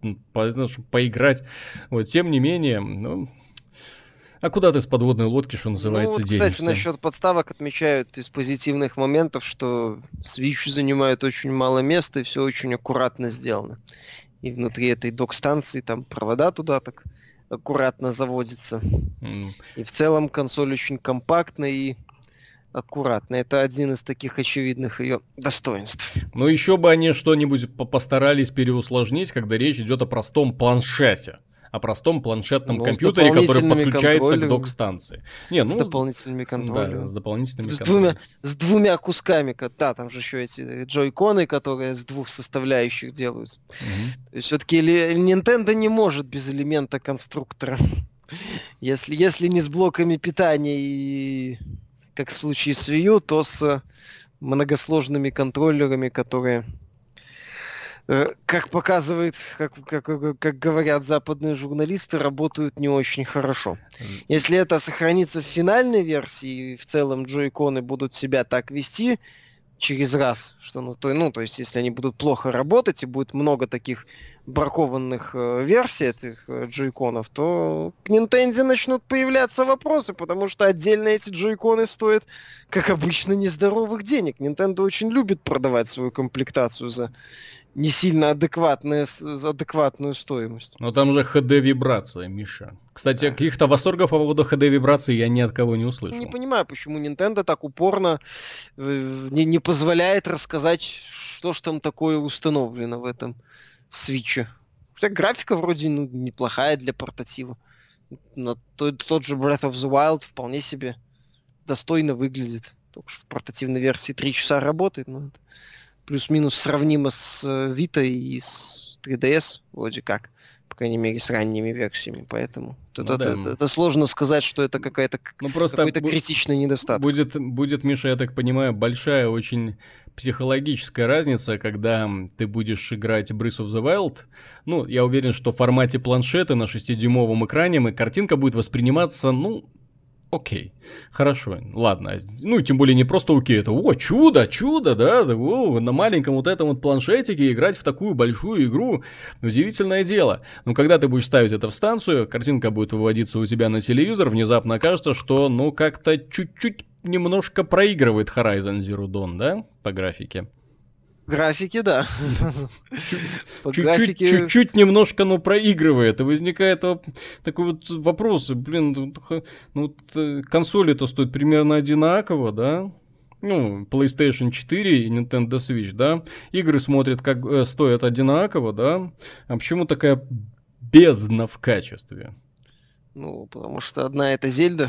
Speaker 1: поиграть. Вот, тем не менее, ну... А куда ты с подводной лодки, что называется,
Speaker 2: денешься? Кстати, насчет подставок отмечают из позитивных моментов, что Switch занимает очень мало места, и все очень аккуратно сделано. И внутри этой док-станции там провода туда так аккуратно заводятся. И в целом консоль очень компактная и аккуратная. Это один из таких очевидных ее достоинств.
Speaker 1: Ну, еще бы они что-нибудь постарались переусложнить, когда речь идет о простом планшете. О простом планшетном компьютере, который подключается к док-станции.
Speaker 2: С дополнительными контролями.
Speaker 1: Да, с дополнительными контролями.
Speaker 2: С двумя кусками. Да, там же еще эти джойконы, которые с двух составляющих делаются. То есть все-таки Nintendo не может без элемента конструктора. Если не с блоками питания и, как в случае с Wii U, то с многосложными контроллерами, которые... Как показывает, как говорят западные журналисты, работают не очень хорошо. Если это сохранится в финальной версии, в целом джойконы будут себя так вести через раз, что, то есть если они будут плохо работать и будет много таких бракованных версий этих джойконов, то к Nintendo начнут появляться вопросы, потому что отдельно эти джойконы стоят, как обычно, нездоровых денег. Nintendo очень любит продавать свою комплектацию за не сильно адекватную стоимость.
Speaker 1: Но там же HD-вибрация, Миша. Кстати, каких-то восторгов по поводу HD-вибрации я ни от кого не услышал.
Speaker 2: Не понимаю, почему Nintendo так упорно не позволяет рассказать, что ж там такое установлено в этом Switch. Хотя графика вроде неплохая для портатива. Но тот же Breath of the Wild вполне себе достойно выглядит. Только что в портативной версии 3 часа работает, но это плюс-минус сравнимо с Vita и с 3DS, вроде как. По крайней мере, с ранними версиями. Поэтому это сложно сказать, что это какой-то критичный недостаток.
Speaker 1: Будет, Миша, я так понимаю, большая очень психологическая разница, когда ты будешь играть Breath of the Wild. Ну, я уверен, что в формате планшета на 6-дюймовом экране картинка будет восприниматься, окей, хорошо, ладно. Ну, тем более не просто окей, это чудо, да, на маленьком вот этом вот планшетике играть в такую большую игру, удивительное дело. Но когда ты будешь ставить это в станцию, картинка будет выводиться у тебя на телевизор, внезапно окажется, что, как-то чуть-чуть немножко проигрывает Horizon Zero Dawn, да, по графике.
Speaker 2: Графики, да.
Speaker 1: Чуть-чуть немножко, проигрывает. И возникает такой вот вопрос. Блин, консоли-то стоят примерно одинаково, да? PlayStation 4 и Nintendo Switch, да? Игры стоят одинаково, да? А почему такая бездна в качестве?
Speaker 2: Потому что одна это Зельда,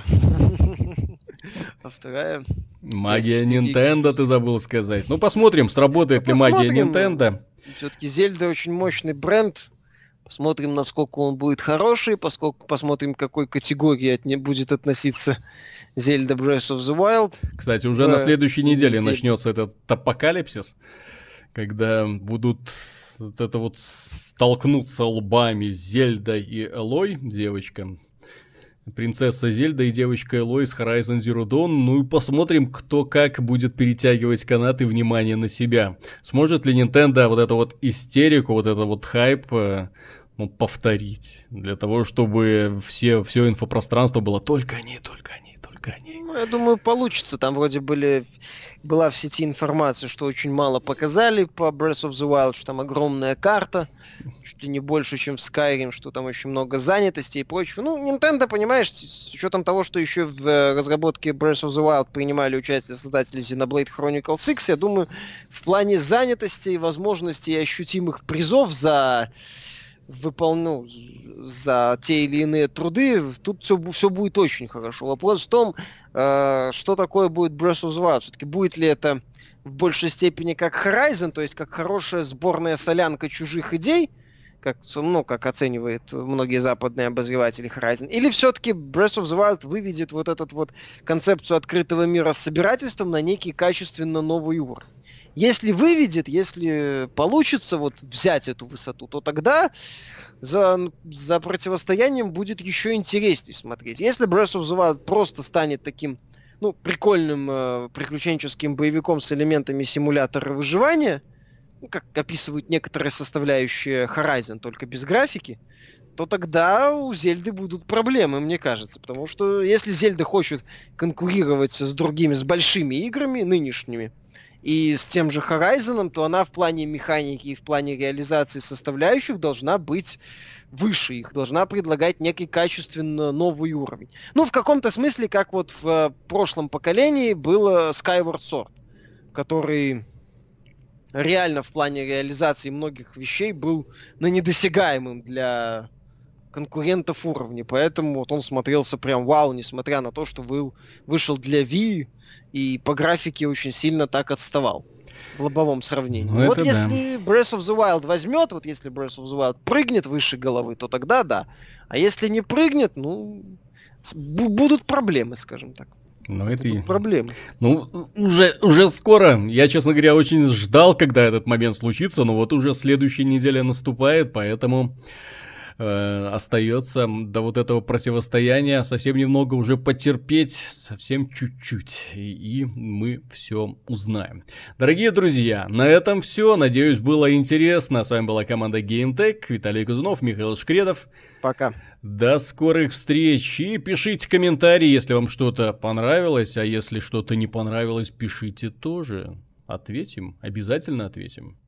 Speaker 2: а вторая...
Speaker 1: Магия Nintendo, ты забыл сказать. Посмотрим, сработает ли магия Nintendo.
Speaker 2: Все-таки Зельда очень мощный бренд, Посмотрим, насколько он будет хороший, посмотрим, к какой категории будет относиться Zelda Breath of the Wild.
Speaker 1: Кстати, уже на следующей неделе начнется этот апокалипсис, когда будут столкнуться лбами Зельда и Элой, девочка. Принцесса Зельда и девочка Элой из Horizon Zero Dawn. Ну и посмотрим, кто как будет перетягивать канаты внимания на себя. Сможет ли Nintendo вот эту вот истерику, вот этот вот хайп повторить? Для того, чтобы все инфопространство было только они, только они, только они.
Speaker 2: Ну, я думаю, получится. Там вроде была в сети информация, что очень мало показали по Breath of the Wild, что там огромная карта, чуть ли не больше, чем в Skyrim, что там очень много занятости и прочего. Ну, Nintendo, понимаешь, с учетом того, что еще в разработке Breath of the Wild принимали участие создатели Xenoblade Chronicles X, я думаю, в плане занятости, возможностей и ощутимых призов за за те или иные труды, тут все будет очень хорошо. Вопрос в том, что такое будет Breath of the Wild. Все-таки будет ли это в большей степени как Horizon, то есть как хорошая сборная солянка чужих идей, как оценивают многие западные обозреватели Horizon, или все-таки Breath of the Wild выведет вот эту вот концепцию открытого мира с собирательством на некий качественно новый уровень. Если выведет, если получится вот взять эту высоту, то тогда за противостоянием будет еще интереснее смотреть. Если Breath of the Wild просто станет таким, прикольным приключенческим боевиком с элементами симулятора выживания, как описывают некоторые составляющие Horizon, только без графики, то тогда у Зельды будут проблемы, мне кажется. Потому что если Зельда хочет конкурировать с другими, с большими играми, нынешними, и с тем же Horizon, то она в плане механики и в плане реализации составляющих должна быть выше их, должна предлагать некий качественно новый уровень. В каком-то смысле, как вот в прошлом поколении было Skyward Sword, который реально в плане реализации многих вещей был недосягаемым для конкурентов уровня, поэтому вот он смотрелся прям вау, несмотря на то, что вышел для Wii и по графике очень сильно так отставал в лобовом сравнении. Вот если Breath of the Wild возьмет, вот если Breath of the Wild прыгнет выше головы, то тогда да. А если не прыгнет, будут проблемы, скажем так.
Speaker 1: Это
Speaker 2: проблемы.
Speaker 1: Уже скоро. Я, честно говоря, очень ждал, когда этот момент случится, но вот уже следующая неделя наступает, поэтому остается до вот этого противостояния совсем немного уже потерпеть, совсем чуть-чуть, и мы все узнаем. Дорогие друзья, на этом все. Надеюсь, было интересно. С вами была команда GameTech, Виталий Казунов, Михаил Шкредов.
Speaker 2: Пока.
Speaker 1: До скорых встреч. И пишите комментарии, если вам что-то понравилось, а если что-то не понравилось, пишите тоже. Ответим, обязательно ответим.